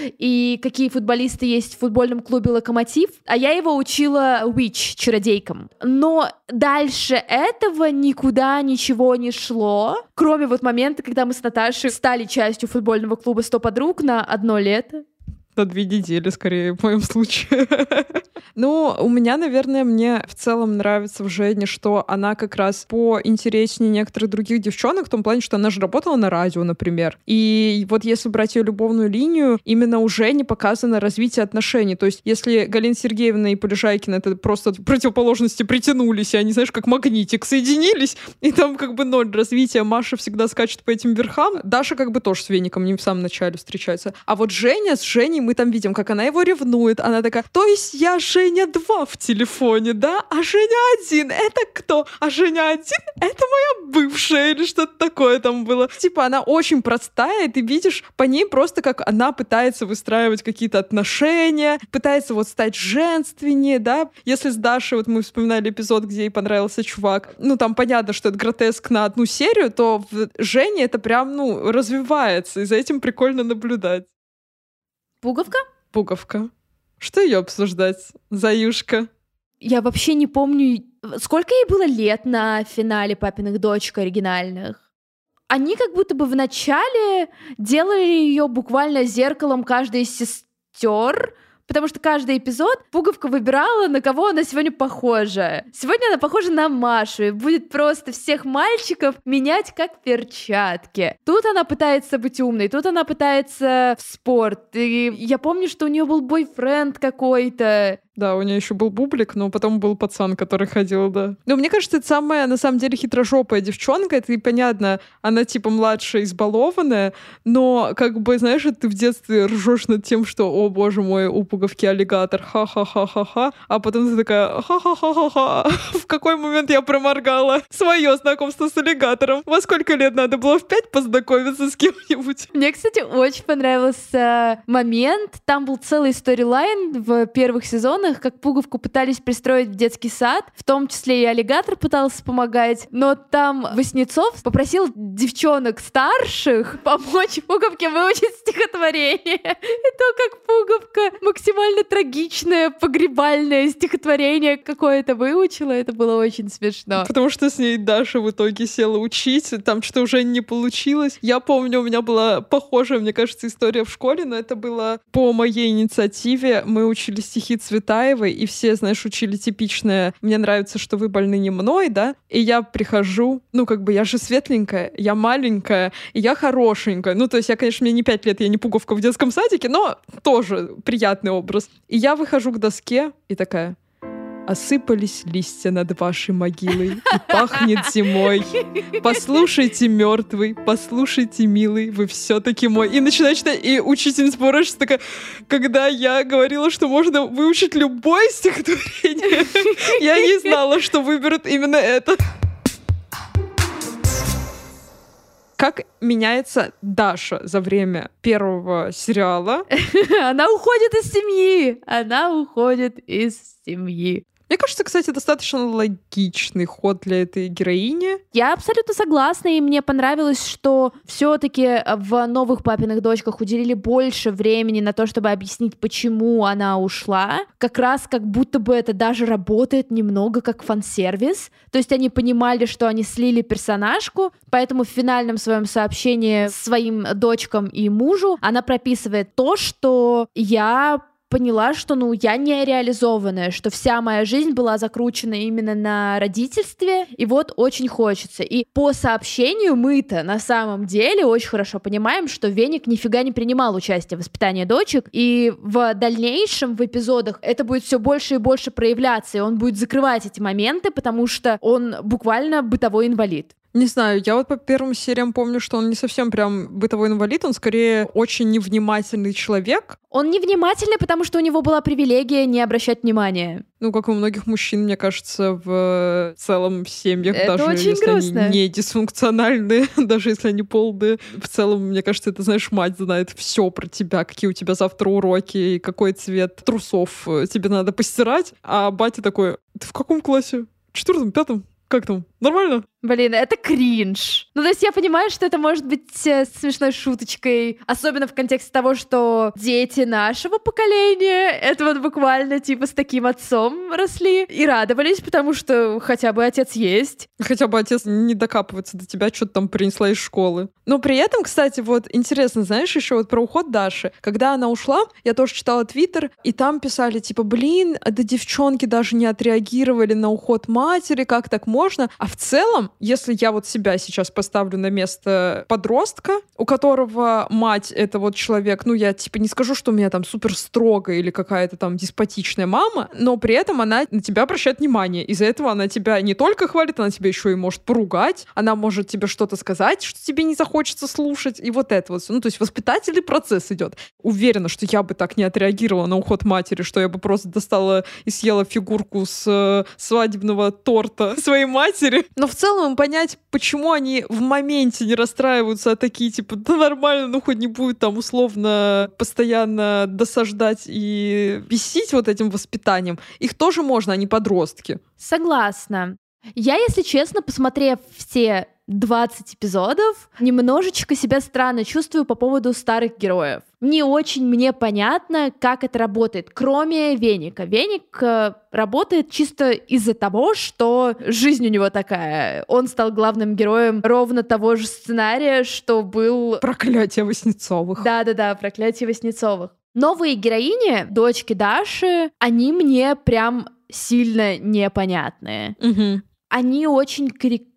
и какие футболисты есть в футбольном клубе «Локомотив», а я его учила Witch, чародейкам. Но дальше этого никуда ничего не шло, кроме вот момента, когда мы с Наташей стали частью футбольного клуба «100 подруг» на 1 лето. На 2 недели, скорее, в моем случае. Ну, у меня, наверное, мне в целом нравится в Жене, что она как раз поинтереснее некоторых других девчонок, в том плане, что она же работала на радио, например. И вот если брать ее любовную линию, именно у Жени показано развитие отношений. То есть если Галина Сергеевна и Полежайкина это просто противоположности притянулись, и они, знаешь, как магнитик соединились, и там как бы 0 развития. Маша всегда скачет по этим верхам. Даша как бы тоже с веником не в самом начале встречается. А вот Женя с Женей мы там видим, как она его ревнует. Она такая, то есть я Женя 2 в телефоне, да? А Женя 1 это кто? А Женя 1 это моя бывшая или что-то такое там было. Типа она очень простая, и ты видишь по ней просто, как она пытается выстраивать какие-то отношения, пытается вот стать женственнее, да? Если с Дашей, вот мы вспоминали эпизод, где ей понравился чувак, ну там понятно, что это гротеск на 1 серию, то в Жене это прям, ну, развивается, и за этим прикольно наблюдать. Пуговка? Пуговка. Что ее обсуждать? Заюшка. Я вообще не помню, сколько ей было лет на финале «Папиных дочек» оригинальных. Они как будто бы вначале делали ее буквально зеркалом каждой из сестер, потому что каждый эпизод Пуговка выбирала, на кого она сегодня похожа. Сегодня она похожа на Машу и будет просто всех мальчиков менять как перчатки. Тут она пытается быть умной, тут она пытается в спорт. И я помню, что у нее был бойфренд какой-то. Да, у нее еще был бублик, но потом был пацан, который ходил, да. Но мне кажется, это самая, на самом деле, хитрожопая девчонка. Это и понятно, она типа младшая, избалованная, но как бы, знаешь, ты в детстве ржешь над тем, что, о боже мой, у пуговки аллигатор, ха-ха-ха-ха-ха, а потом ты такая, ха-ха-ха-ха-ха. В какой момент я проморгала свое знакомство с аллигатором? Во сколько лет надо было? В 5 познакомиться с кем-нибудь? Мне, кстати, очень понравился момент. Там был целый сторилайн в первых сезонах, как пуговку пытались пристроить в детский сад, в том числе и аллигатор пытался помогать, но там Васнецов попросил девчонок старших помочь пуговке выучить стихотворение. И то, как пуговка максимально трагичное, погребальное стихотворение какое-то выучила, это было очень смешно. Потому что с ней Даша в итоге села учить, там что-то уже не получилось. Я помню, у меня была похожая, мне кажется, история в школе, но это было по моей инициативе. Мы учили стихи Цветаевой, и все, знаешь, учили типичное «мне нравится, что вы больны не мной», да? И я прихожу, ну, как бы я же светленькая, я маленькая, и я хорошенькая. Ну, то есть я, конечно, мне не 5 лет, я не пуговка в детском садике, но тоже приятный образ. И я выхожу к доске и такая: осыпались листья над вашей могилой, и пахнет зимой. Послушайте, мертвый, послушайте, милый, вы все-таки мой. И начинаю читать, и учительница морщится такая: когда я говорила, что можно выучить любое стихотворение, я не знала, что выберут именно это. Как меняется Даша за время первого сериала? Она уходит из семьи! Она уходит из семьи. Мне кажется, кстати, достаточно логичный ход для этой героини. Я абсолютно согласна, и мне понравилось, что все-таки в «Новых папиных дочках» уделили больше времени на то, чтобы объяснить, почему она ушла. Как раз как будто бы это даже работает немного как фан-сервис. То есть они понимали, что они слили персонажку, поэтому в финальном своем сообщении своим дочкам и мужу она прописывает то, что я поняла, что, я не реализованная, что вся моя жизнь была закручена именно на родительстве, и вот очень хочется. И по сообщению мы-то на самом деле очень хорошо понимаем, что Веник нифига не принимал участие в воспитании дочек, и в дальнейшем в эпизодах это будет все больше и больше проявляться, и он будет закрывать эти моменты, потому что он буквально бытовой инвалид. Не знаю, я вот по первым сериям помню, что он не совсем прям бытовой инвалид, он скорее очень невнимательный человек. Он невнимательный, потому что у него была привилегия не обращать внимания. Ну, как у многих мужчин, мне кажется, в целом в семьях, это даже очень если грустно. Они не дисфункциональные, даже если они полные. В целом, мне кажется, это, знаешь, мать знает все про тебя, какие у тебя завтра уроки, и какой цвет трусов тебе надо постирать. А батя такой: ты в каком классе? 4-м, 5-м? Как там? Нормально? Блин, это кринж. То есть я понимаю, что это может быть смешной шуточкой, особенно в контексте того, что дети нашего поколения, это вот буквально типа с таким отцом росли и радовались, потому что хотя бы отец есть. Хотя бы отец не докапывается до тебя, что-то там принесла из школы. Но при этом, кстати, вот интересно, знаешь, еще вот про уход Даши. Когда она ушла, я тоже читала твиттер, и там писали типа: блин, да девчонки даже не отреагировали на уход матери, как так можно? А в целом, если я вот себя сейчас поставлю на место подростка, у которого мать — это вот человек, я типа не скажу, что у меня там супер строгая или какая-то там деспотичная мама, но при этом она на тебя обращает внимание. Из-за этого она тебя не только хвалит, она тебя еще и может поругать, она может тебе что-то сказать, что тебе не захочется слушать, и вот это вот все. То есть воспитательный процесс идет. Уверена, что я бы так не отреагировала на уход матери, что я бы просто достала и съела фигурку с свадебного торта своей матери. Но в целом понять, почему они в моменте не расстраиваются, а такие типа: да нормально, хоть не будет там условно постоянно досаждать и бесить вот этим воспитанием. Их тоже можно, они подростки. Согласна. Я, если честно, посмотрев все 20 эпизодов, немножечко себя странно чувствую по поводу старых героев. Не очень мне понятно, как это работает, кроме Веника. Веник работает чисто из-за того, что жизнь у него такая. Он стал главным героем ровно того же сценария, что был... «Проклятие Васнецовых». Да-да-да, «Проклятие Васнецовых». Новые героини, дочки Даши, они мне прям сильно непонятные. Угу. Они очень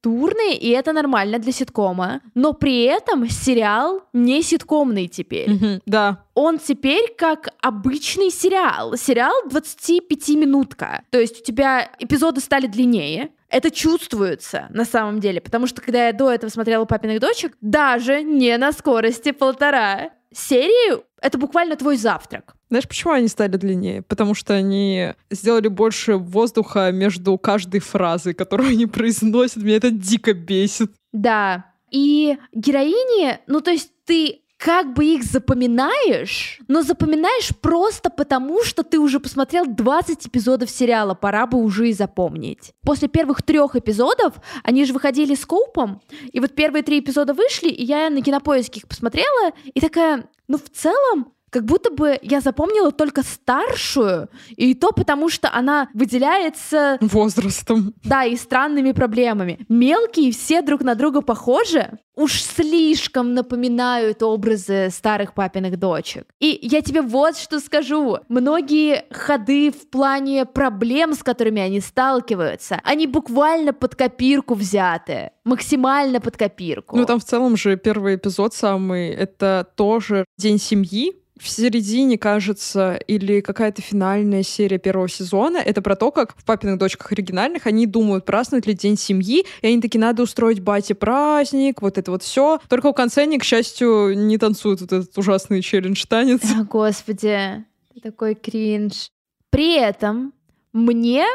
карикатурные, и это нормально для ситкома, но при этом сериал не ситкомный теперь. Да. Он теперь как обычный сериал. Сериал 25-минутка. То есть у тебя эпизоды стали длиннее. Это чувствуется на самом деле, потому что когда я до этого смотрела «Папиных дочек», даже не на скорости 1,5 серии, это буквально твой завтрак. Знаешь, почему они стали длиннее? Потому что они сделали больше воздуха между каждой фразой, которую они произносят. Меня это дико бесит. Да. И героини, ну то есть ты как бы их запоминаешь, но запоминаешь просто потому, что ты уже посмотрел 20 эпизодов сериала, пора бы уже и запомнить. После первых 3 эпизодов, они же выходили с Коупом, и вот первые 3 эпизода вышли, и я на Кинопоиске их посмотрела, и такая, ну в целом, как будто бы я запомнила только старшую, и то потому, что она выделяется... возрастом. Да, и странными проблемами. Мелкие все друг на друга похожи, уж слишком напоминают образы старых папиных дочек. И я тебе вот что скажу. Многие ходы в плане проблем, с которыми они сталкиваются, они буквально под копирку взяты. Максимально под копирку. Ну, там в целом же первый эпизод самый, это тоже День семьи. В середине, кажется, или какая-то финальная серия первого сезона, это про то, как в «Папиных дочках» оригинальных они думают, празднуют ли День семьи, и они такие, надо устроить бате праздник, вот это вот все. Только в конце они, к счастью, не танцуют вот этот ужасный челлендж-танец. О, господи, такой кринж. При этом мне,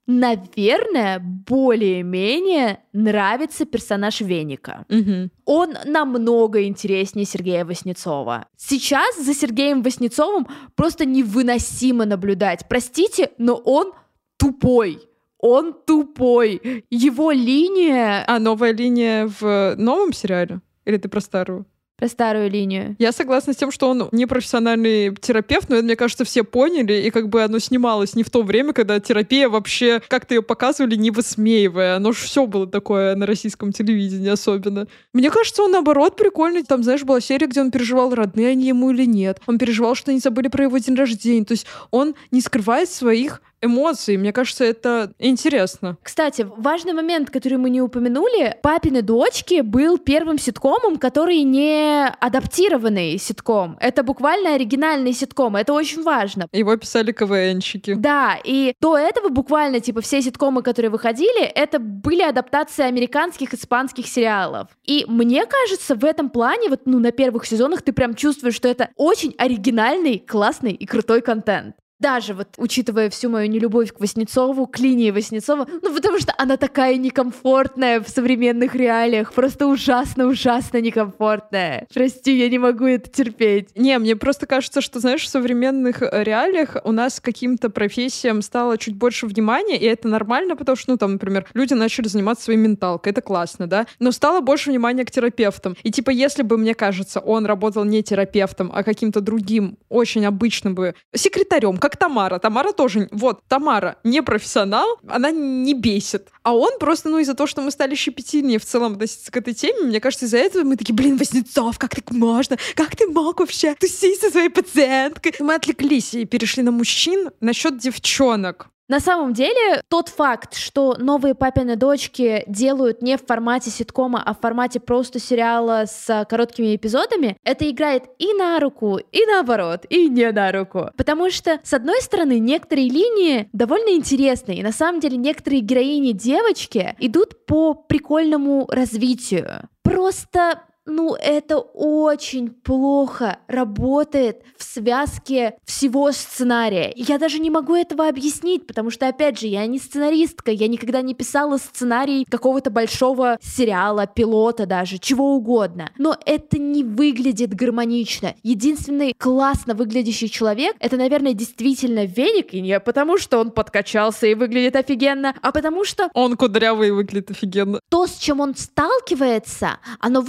наверное, более-менее нравится персонаж Веника. Он намного интереснее Сергея Васнецова. Сейчас за Сергеем Васнецовым просто невыносимо наблюдать. Простите, но он тупой. Он тупой. Его линия... А новая линия в новом сериале? Или ты про старую? Про старую линию. Я согласна с тем, что он непрофессиональный терапевт, но это, мне кажется, все поняли, и как бы оно снималось не в то время, когда терапия вообще, как-то ее показывали, не высмеивая. Оно же все было такое на российском телевидении особенно. Мне кажется, он, наоборот, прикольный. Там, знаешь, была серия, где он переживал, родные они ему или нет. Он переживал, что они забыли про его день рождения. То есть он не скрывает своих эмоций. Мне кажется, это интересно. Кстати, важный момент, который мы не упомянули. «Папины дочки» был первым ситкомом, который не адаптированный ситком. Это буквально оригинальный ситком. Это очень важно. Его писали КВНщики. Да, и до этого буквально, типа, все ситкомы, которые выходили, это были адаптации американских, испанских сериалов. И мне кажется, в этом плане, вот, ну, на первых сезонах ты прям чувствуешь, что это очень оригинальный, классный и крутой контент. Даже вот, учитывая всю мою нелюбовь к Васнецову, к линии Васнецова, ну, потому что она такая некомфортная в современных реалиях, просто ужасно-ужасно некомфортная. Прости, я не могу это терпеть. Не, мне просто кажется, что, знаешь, в современных реалиях у нас к каким-то профессиям стало чуть больше внимания, и это нормально, потому что, ну, там, например, люди начали заниматься своей менталкой, это классно, да, но стало больше внимания к терапевтам. И, типа, если бы, мне кажется, он работал не терапевтом, а каким-то другим, очень обычным бы секретарем, как Тамара. Тамара тоже... Вот, Тамара не профессионал, она не бесит. А он просто, ну, из-за того, что мы стали щепетильнее в целом относиться к этой теме, мне кажется, из-за этого мы такие, блин, Васнецов, как так можно? Как ты мог вообще тусить со своей пациенткой? Мы отвлеклись и перешли на мужчин. Насчет девчонок. На самом деле, тот факт, что новые «Папины дочки» делают не в формате ситкома, а в формате просто сериала с короткими эпизодами, это играет и на руку, и наоборот, и не на руку. Потому что, с одной стороны, некоторые линии довольно интересные, и на самом деле некоторые героини-девочки идут по прикольному развитию. Просто... Ну, это очень плохо работает в связке всего сценария. Я даже не могу этого объяснить, потому что, опять же, я не сценаристка, я никогда не писала сценарий какого-то большого сериала, пилота даже, чего угодно. Но это не выглядит гармонично. Единственный классно выглядящий человек — это, наверное, действительно Веник, и не потому, что он подкачался и выглядит офигенно, а потому что... Он кудрявый и выглядит офигенно. То, с чем он сталкивается, оно выглядит очень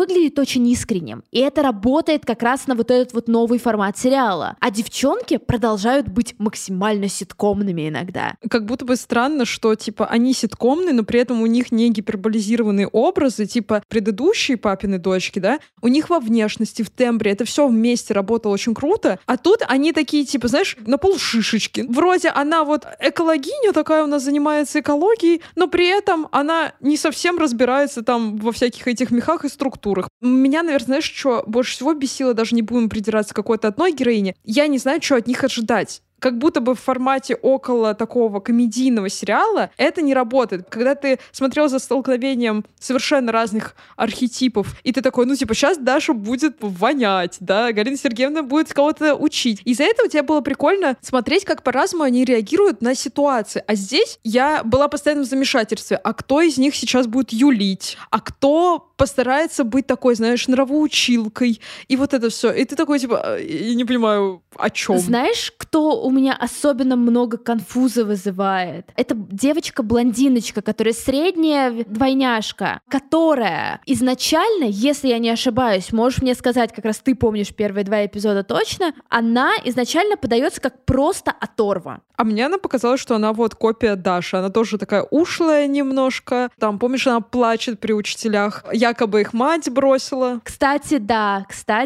очень искренним. И это работает как раз на вот этот вот новый формат сериала. А девчонки продолжают быть максимально ситкомными иногда. Как будто бы странно, что, типа, они ситкомные, но при этом у них не гиперболизированные образы, типа, предыдущие папины дочки, да, у них во внешности, в тембре, это все вместе работало очень круто, а тут они такие, типа, знаешь, на полшишечки. Вроде она вот экологиня такая у нас занимается экологией, но при этом она не совсем разбирается там во всяких этих мехах и структурах. Меня, наверное, знаешь, что больше всего бесило, даже не будем придираться к какой-то одной героине, я не знаю, что от них ожидать. Как будто бы в формате около такого комедийного сериала это не работает. Когда ты смотрел за столкновением совершенно разных архетипов, и ты такой, ну, типа, сейчас Даша будет вонять, да, Галина Сергеевна будет кого-то учить. Из-за этого тебе было прикольно смотреть, как по-разному они реагируют на ситуации. А здесь я была постоянно в замешательстве. А кто из них сейчас будет юлить? А кто постарается быть такой, знаешь, нравоучилкой? И вот это все. И ты такой, типа, я не понимаю, о чем. Знаешь, кто у меня особенно много конфуза вызывает? Это девочка-блондиночка, которая средняя двойняшка, которая изначально, если я не ошибаюсь, можешь мне сказать, как раз ты помнишь первые 2 эпизода точно, она изначально подается как просто оторва. А мне она показалась, что она вот копия Даши. Она тоже такая ушлая немножко. Там, помнишь, она плачет при учителях. Якобы их мать бросила. Кстати, да.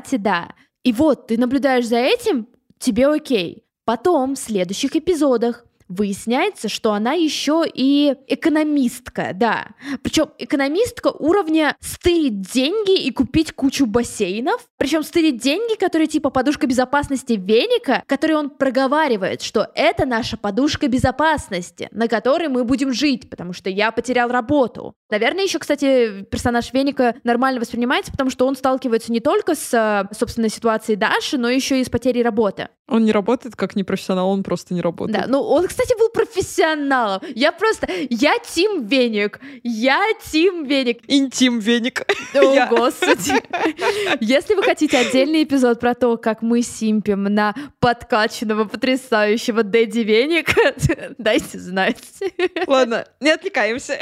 И вот, ты наблюдаешь за этим, тебе окей. Потом, в следующих эпизодах, выясняется, что она еще и экономистка, да. Причем экономистка уровня стырить деньги и купить кучу бассейнов. Причем стырить деньги, которые типа подушка безопасности веника, который он проговаривает, что это наша подушка безопасности, на которой мы будем жить, потому что я потерял работу. Наверное, еще, кстати, персонаж веника нормально воспринимается, потому что он сталкивается не только с, собственно, ситуацией Даши, но еще и с потерей работы. Он не работает как непрофессионал, он просто не работает. Да, ну он, кстати, был профессионалом. Я тим веник. Интим веник. О, господи. Если вы хотите отдельный эпизод про то, как мы симпим на подкачанного, потрясающего Дэдди Веника, дайте знать. Ладно, не отвлекаемся.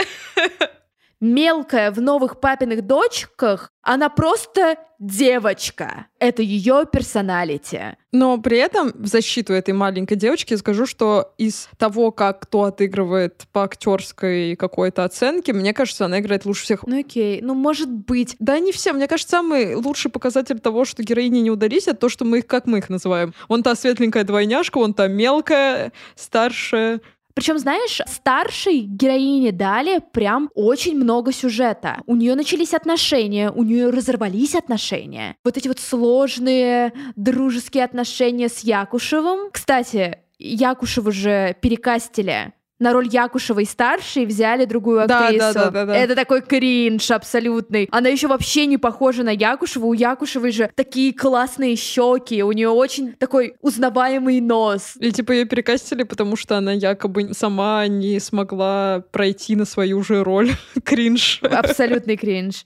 Мелкая в новых папиных дочках, она просто девочка. Это ее персоналити. Но при этом в защиту этой маленькой девочки скажу, что из того, как кто отыгрывает по актерской какой-то оценке, мне кажется, она играет лучше всех. Ну окей, ну может быть. Да не все. Мне кажется, самый лучший показатель того, что героини не удались, это то, что мы их называем. Вон та светленькая двойняшка, вон та мелкая, старшая. Причем, знаешь, старшей героине дали прям очень много сюжета. У нее начались отношения, у нее разорвались отношения. Вот эти вот сложные дружеские отношения с Якушевым. Кстати, Якушеву же перекастили. На роль Якушевой старшей взяли другую актрису. Да. Это такой кринж абсолютный. Она еще вообще не похожа на Якушеву. У Якушевой же такие классные щеки, у нее очень такой узнаваемый нос. И типа ее перекастили, потому что она якобы сама не смогла пройти на свою же роль. Кринж. Абсолютный кринж.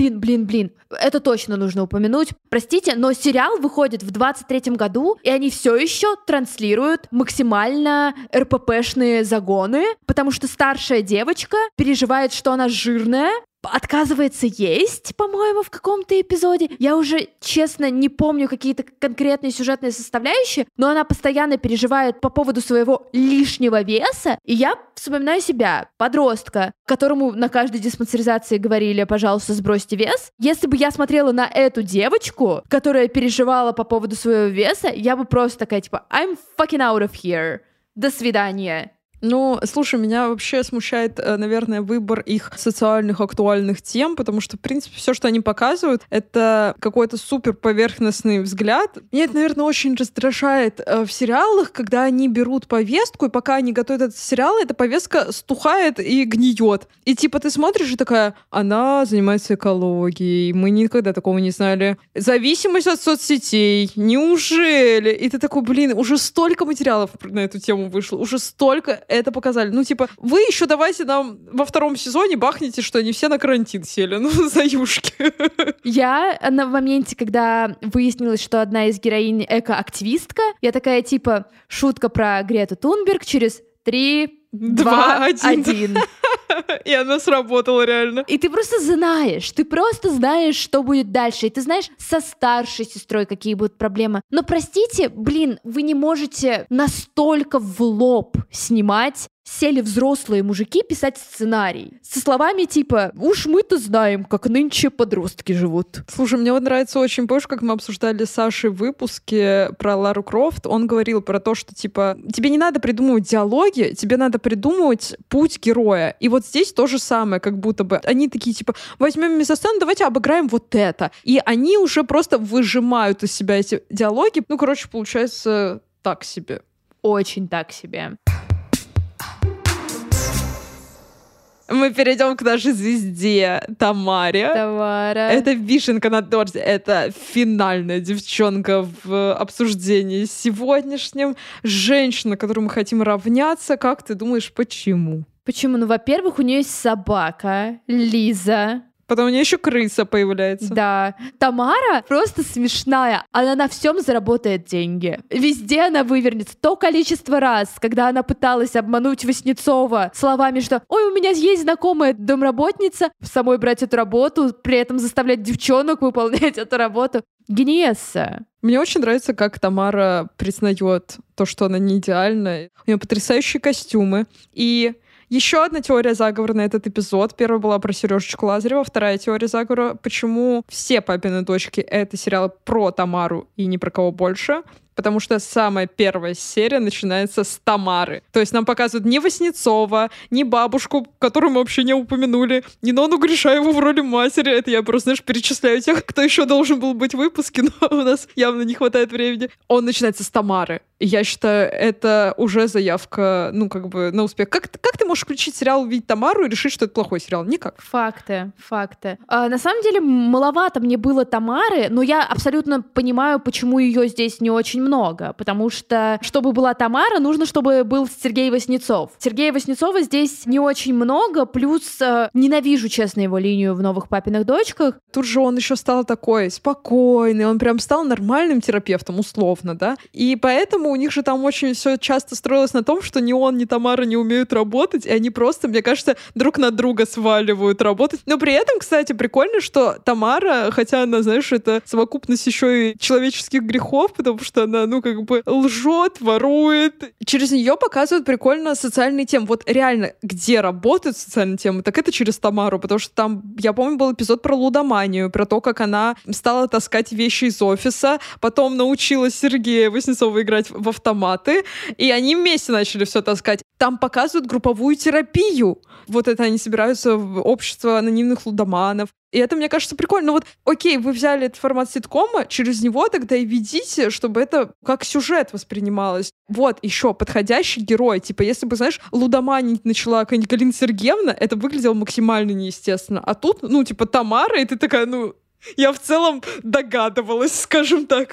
Блин, это точно нужно упомянуть. Простите, но сериал выходит в 23-м году, и они все еще транслируют максимально РППшные загоны, потому что старшая девочка переживает, что она жирная, отказывается есть, по-моему, в каком-то эпизоде. Я уже, честно, не помню какие-то конкретные сюжетные составляющие, но она постоянно переживает по поводу своего лишнего веса, и я вспоминаю себя, подростка, которому на каждой диспансеризации говорили: пожалуйста, сбросьте вес. Если бы я смотрела на эту девочку, которая переживала по поводу своего веса, я бы просто такая, типа, I'm fucking out of here. До свидания. Ну, слушай, меня вообще смущает, наверное, выбор их социальных актуальных тем, потому что, в принципе, все, что они показывают, это какой-то супер поверхностный взгляд. Меня это, наверное, очень раздражает в сериалах, когда они берут повестку, и пока они готовят этот сериал, эта повестка стухает и гниет. И типа ты смотришь и такая: она занимается экологией, мы никогда такого не знали. Зависимость от соцсетей, неужели? И ты такой: блин, уже столько материалов на эту тему вышло, уже столько это показали. Ну, типа, вы еще давайте нам во 2-м сезоне бахните, что они все на карантин сели. Ну, заюшки. Я в моменте, когда выяснилось, что одна из героинь эко-активистка, я такая, типа, шутка про Грету Тунберг через 3, 2, 1. И она сработала реально. И ты просто знаешь, что будет дальше. И ты знаешь со старшей сестрой, какие будут проблемы. Но простите, вы не можете настолько в лоб снимать. Сели взрослые мужики писать сценарий со словами типа «Уж мы-то знаем, как нынче подростки живут». Слушай, мне вот нравится очень, помнишь, как мы обсуждали с Сашей в выпуске про Лару Крофт, он говорил про то, что типа тебе не надо придумывать диалоги, тебе надо придумывать путь героя. И вот здесь то же самое, как будто бы они такие типа возьмем мизосцену, давайте обыграем вот это. И они уже просто выжимают из себя эти диалоги. Ну, короче, получается так себе. Очень так себе. Мы перейдем к нашей звезде Тамаре. Тамара. Это вишенка на торте. Это финальная девчонка в обсуждении сегодняшнем. Женщина, которой мы хотим равняться. Как ты думаешь, почему? Почему? Ну, во-первых, у нее есть собака, Лиза. Потом у нее еще крыса появляется. Да. Тамара просто смешная. Она на всем заработает деньги. Везде она вывернется. То количество раз, когда она пыталась обмануть Васнецова словами, что «Ой, у меня есть знакомая домработница», самой брать эту работу, при этом заставлять девчонок выполнять эту работу. Гениесса. Мне очень нравится, как Тамара признает то, что она не идеальна. У нее потрясающие костюмы. И еще одна теория заговора на этот эпизод. Первая была про Сережечку Лазарева, вторая теория заговора, почему все «Папины дочки» — это сериалы про Тамару и ни про кого больше. Потому что самая первая серия начинается с Тамары. То есть нам показывают ни Васнецова, ни бабушку, которую мы вообще не упомянули, ни Нону Гришаеву в роли матери. Это я просто, знаешь, перечисляю тех, кто еще должен был быть в выпуске, но у нас явно не хватает времени. Он начинается с Тамары. И я считаю, это уже заявка, на успех. Как ты можешь включить сериал, увидеть Тамару и решить, что это плохой сериал? Никак. Факты. На самом деле, маловато мне было Тамары, но я абсолютно понимаю, почему ее здесь не очень много. Потому что, чтобы была Тамара, нужно, чтобы был Сергей Васнецов. Сергея Васнецова здесь не очень много, плюс ненавижу, честно, его линию в «Новых папиных дочках». Тут же он еще стал такой спокойный, он прям стал нормальным терапевтом, условно, да? И поэтому у них же там очень все часто строилось на том, что ни он, ни Тамара не умеют работать, и они просто, мне кажется, друг на друга сваливают работать. Но при этом, кстати, прикольно, что Тамара, хотя она, знаешь, это совокупность еще и человеческих грехов, потому что она, лжет, ворует. Через нее показывают прикольно социальные темы. Вот реально, где работают социальные темы, так это через Тамару, потому что там, я помню, был эпизод про лудоманию, про то, как она стала таскать вещи из офиса, потом научила Сергея Васнецова играть в автоматы, и они вместе начали все таскать. Там показывают групповую терапию. Вот это они собираются в общество анонимных лудоманов. И это, мне кажется, прикольно. Вот, окей, вы взяли этот формат ситкома, через него тогда и ведите, чтобы это как сюжет воспринималось. Вот, еще подходящий герой. Типа, если бы, знаешь, лудоманить начала какая-нибудь Галина Сергеевна, это выглядело максимально неестественно. А тут, Тамара, и ты такая, я в целом догадывалась, скажем так.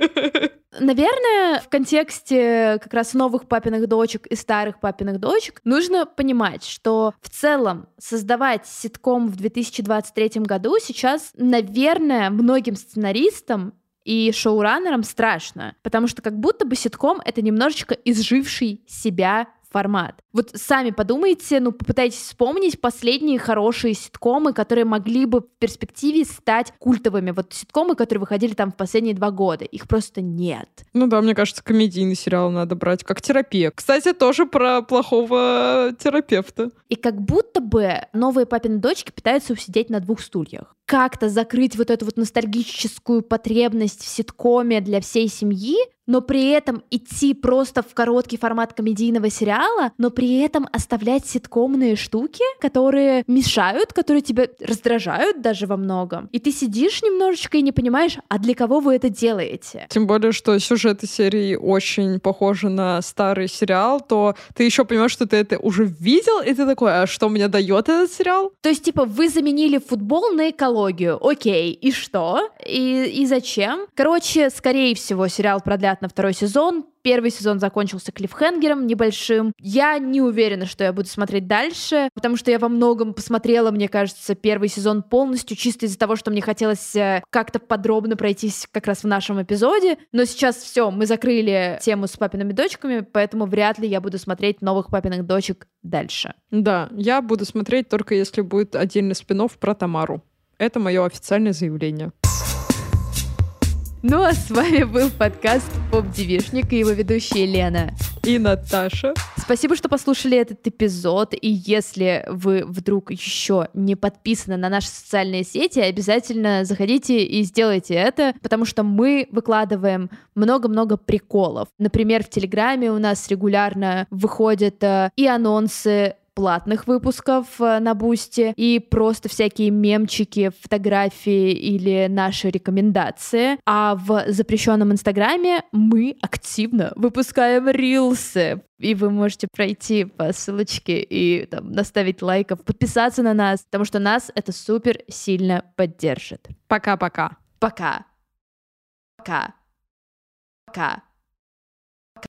Наверное, в контексте как раз новых папиных дочек и старых папиных дочек нужно понимать, что в целом создавать ситком в 2023 году сейчас, наверное, многим сценаристам и шоураннерам страшно, потому что как будто бы ситком — это немножечко изживший себя формат. Вот сами подумайте, попытайтесь вспомнить последние хорошие ситкомы, которые могли бы в перспективе стать культовыми. Вот ситкомы, которые выходили там в последние 2 года. Их просто нет. Мне кажется, комедийный сериал надо брать, как терапия. Кстати, тоже про плохого терапевта. И как будто бы новые папины дочки пытаются усидеть на 2 стульях. Как-то закрыть вот эту вот ностальгическую потребность в ситкоме для всей семьи, но при этом идти просто в короткий формат комедийного сериала, но при этом оставлять ситкомные штуки, которые мешают, которые тебя раздражают даже во многом. И ты сидишь немножечко и не понимаешь, а для кого вы это делаете? Тем более, что сюжеты серии очень похожи на старый сериал, то ты еще понимаешь, что ты это уже видел, и ты такой, а что мне дает этот сериал? То есть, вы заменили футбол на экологию. Окей, и что? И зачем? Короче, скорее всего, сериал продлят на 2-й сезон. Первый сезон закончился клиффхенгером небольшим. Я не уверена, что я буду смотреть дальше, потому что я во многом посмотрела, мне кажется, первый сезон полностью, чисто из-за того, что мне хотелось как-то подробно пройтись как раз в нашем эпизоде. Но сейчас все, мы закрыли тему с папиными дочками, поэтому вряд ли я буду смотреть новых папиных дочек дальше. Да, я буду смотреть только если будет отдельный спин-офф про Тамару. Это мое официальное заявление. Ну а с вами был подкаст «Поп-девишник» и его ведущие Лена и Наташа. Спасибо, что послушали этот эпизод, и если вы вдруг еще не подписаны на наши социальные сети, обязательно заходите и сделайте это, потому что мы выкладываем много-много приколов. Например, в Телеграме у нас регулярно выходят и анонсы платных выпусков на Бусти, и просто всякие мемчики, фотографии или наши рекомендации. А в запрещенном Инстаграме мы активно выпускаем рилсы. И вы можете пройти по ссылочке и там наставить лайков, подписаться на нас, потому что нас это супер сильно поддержит. Пока-пока. Пока. Пока. Пока.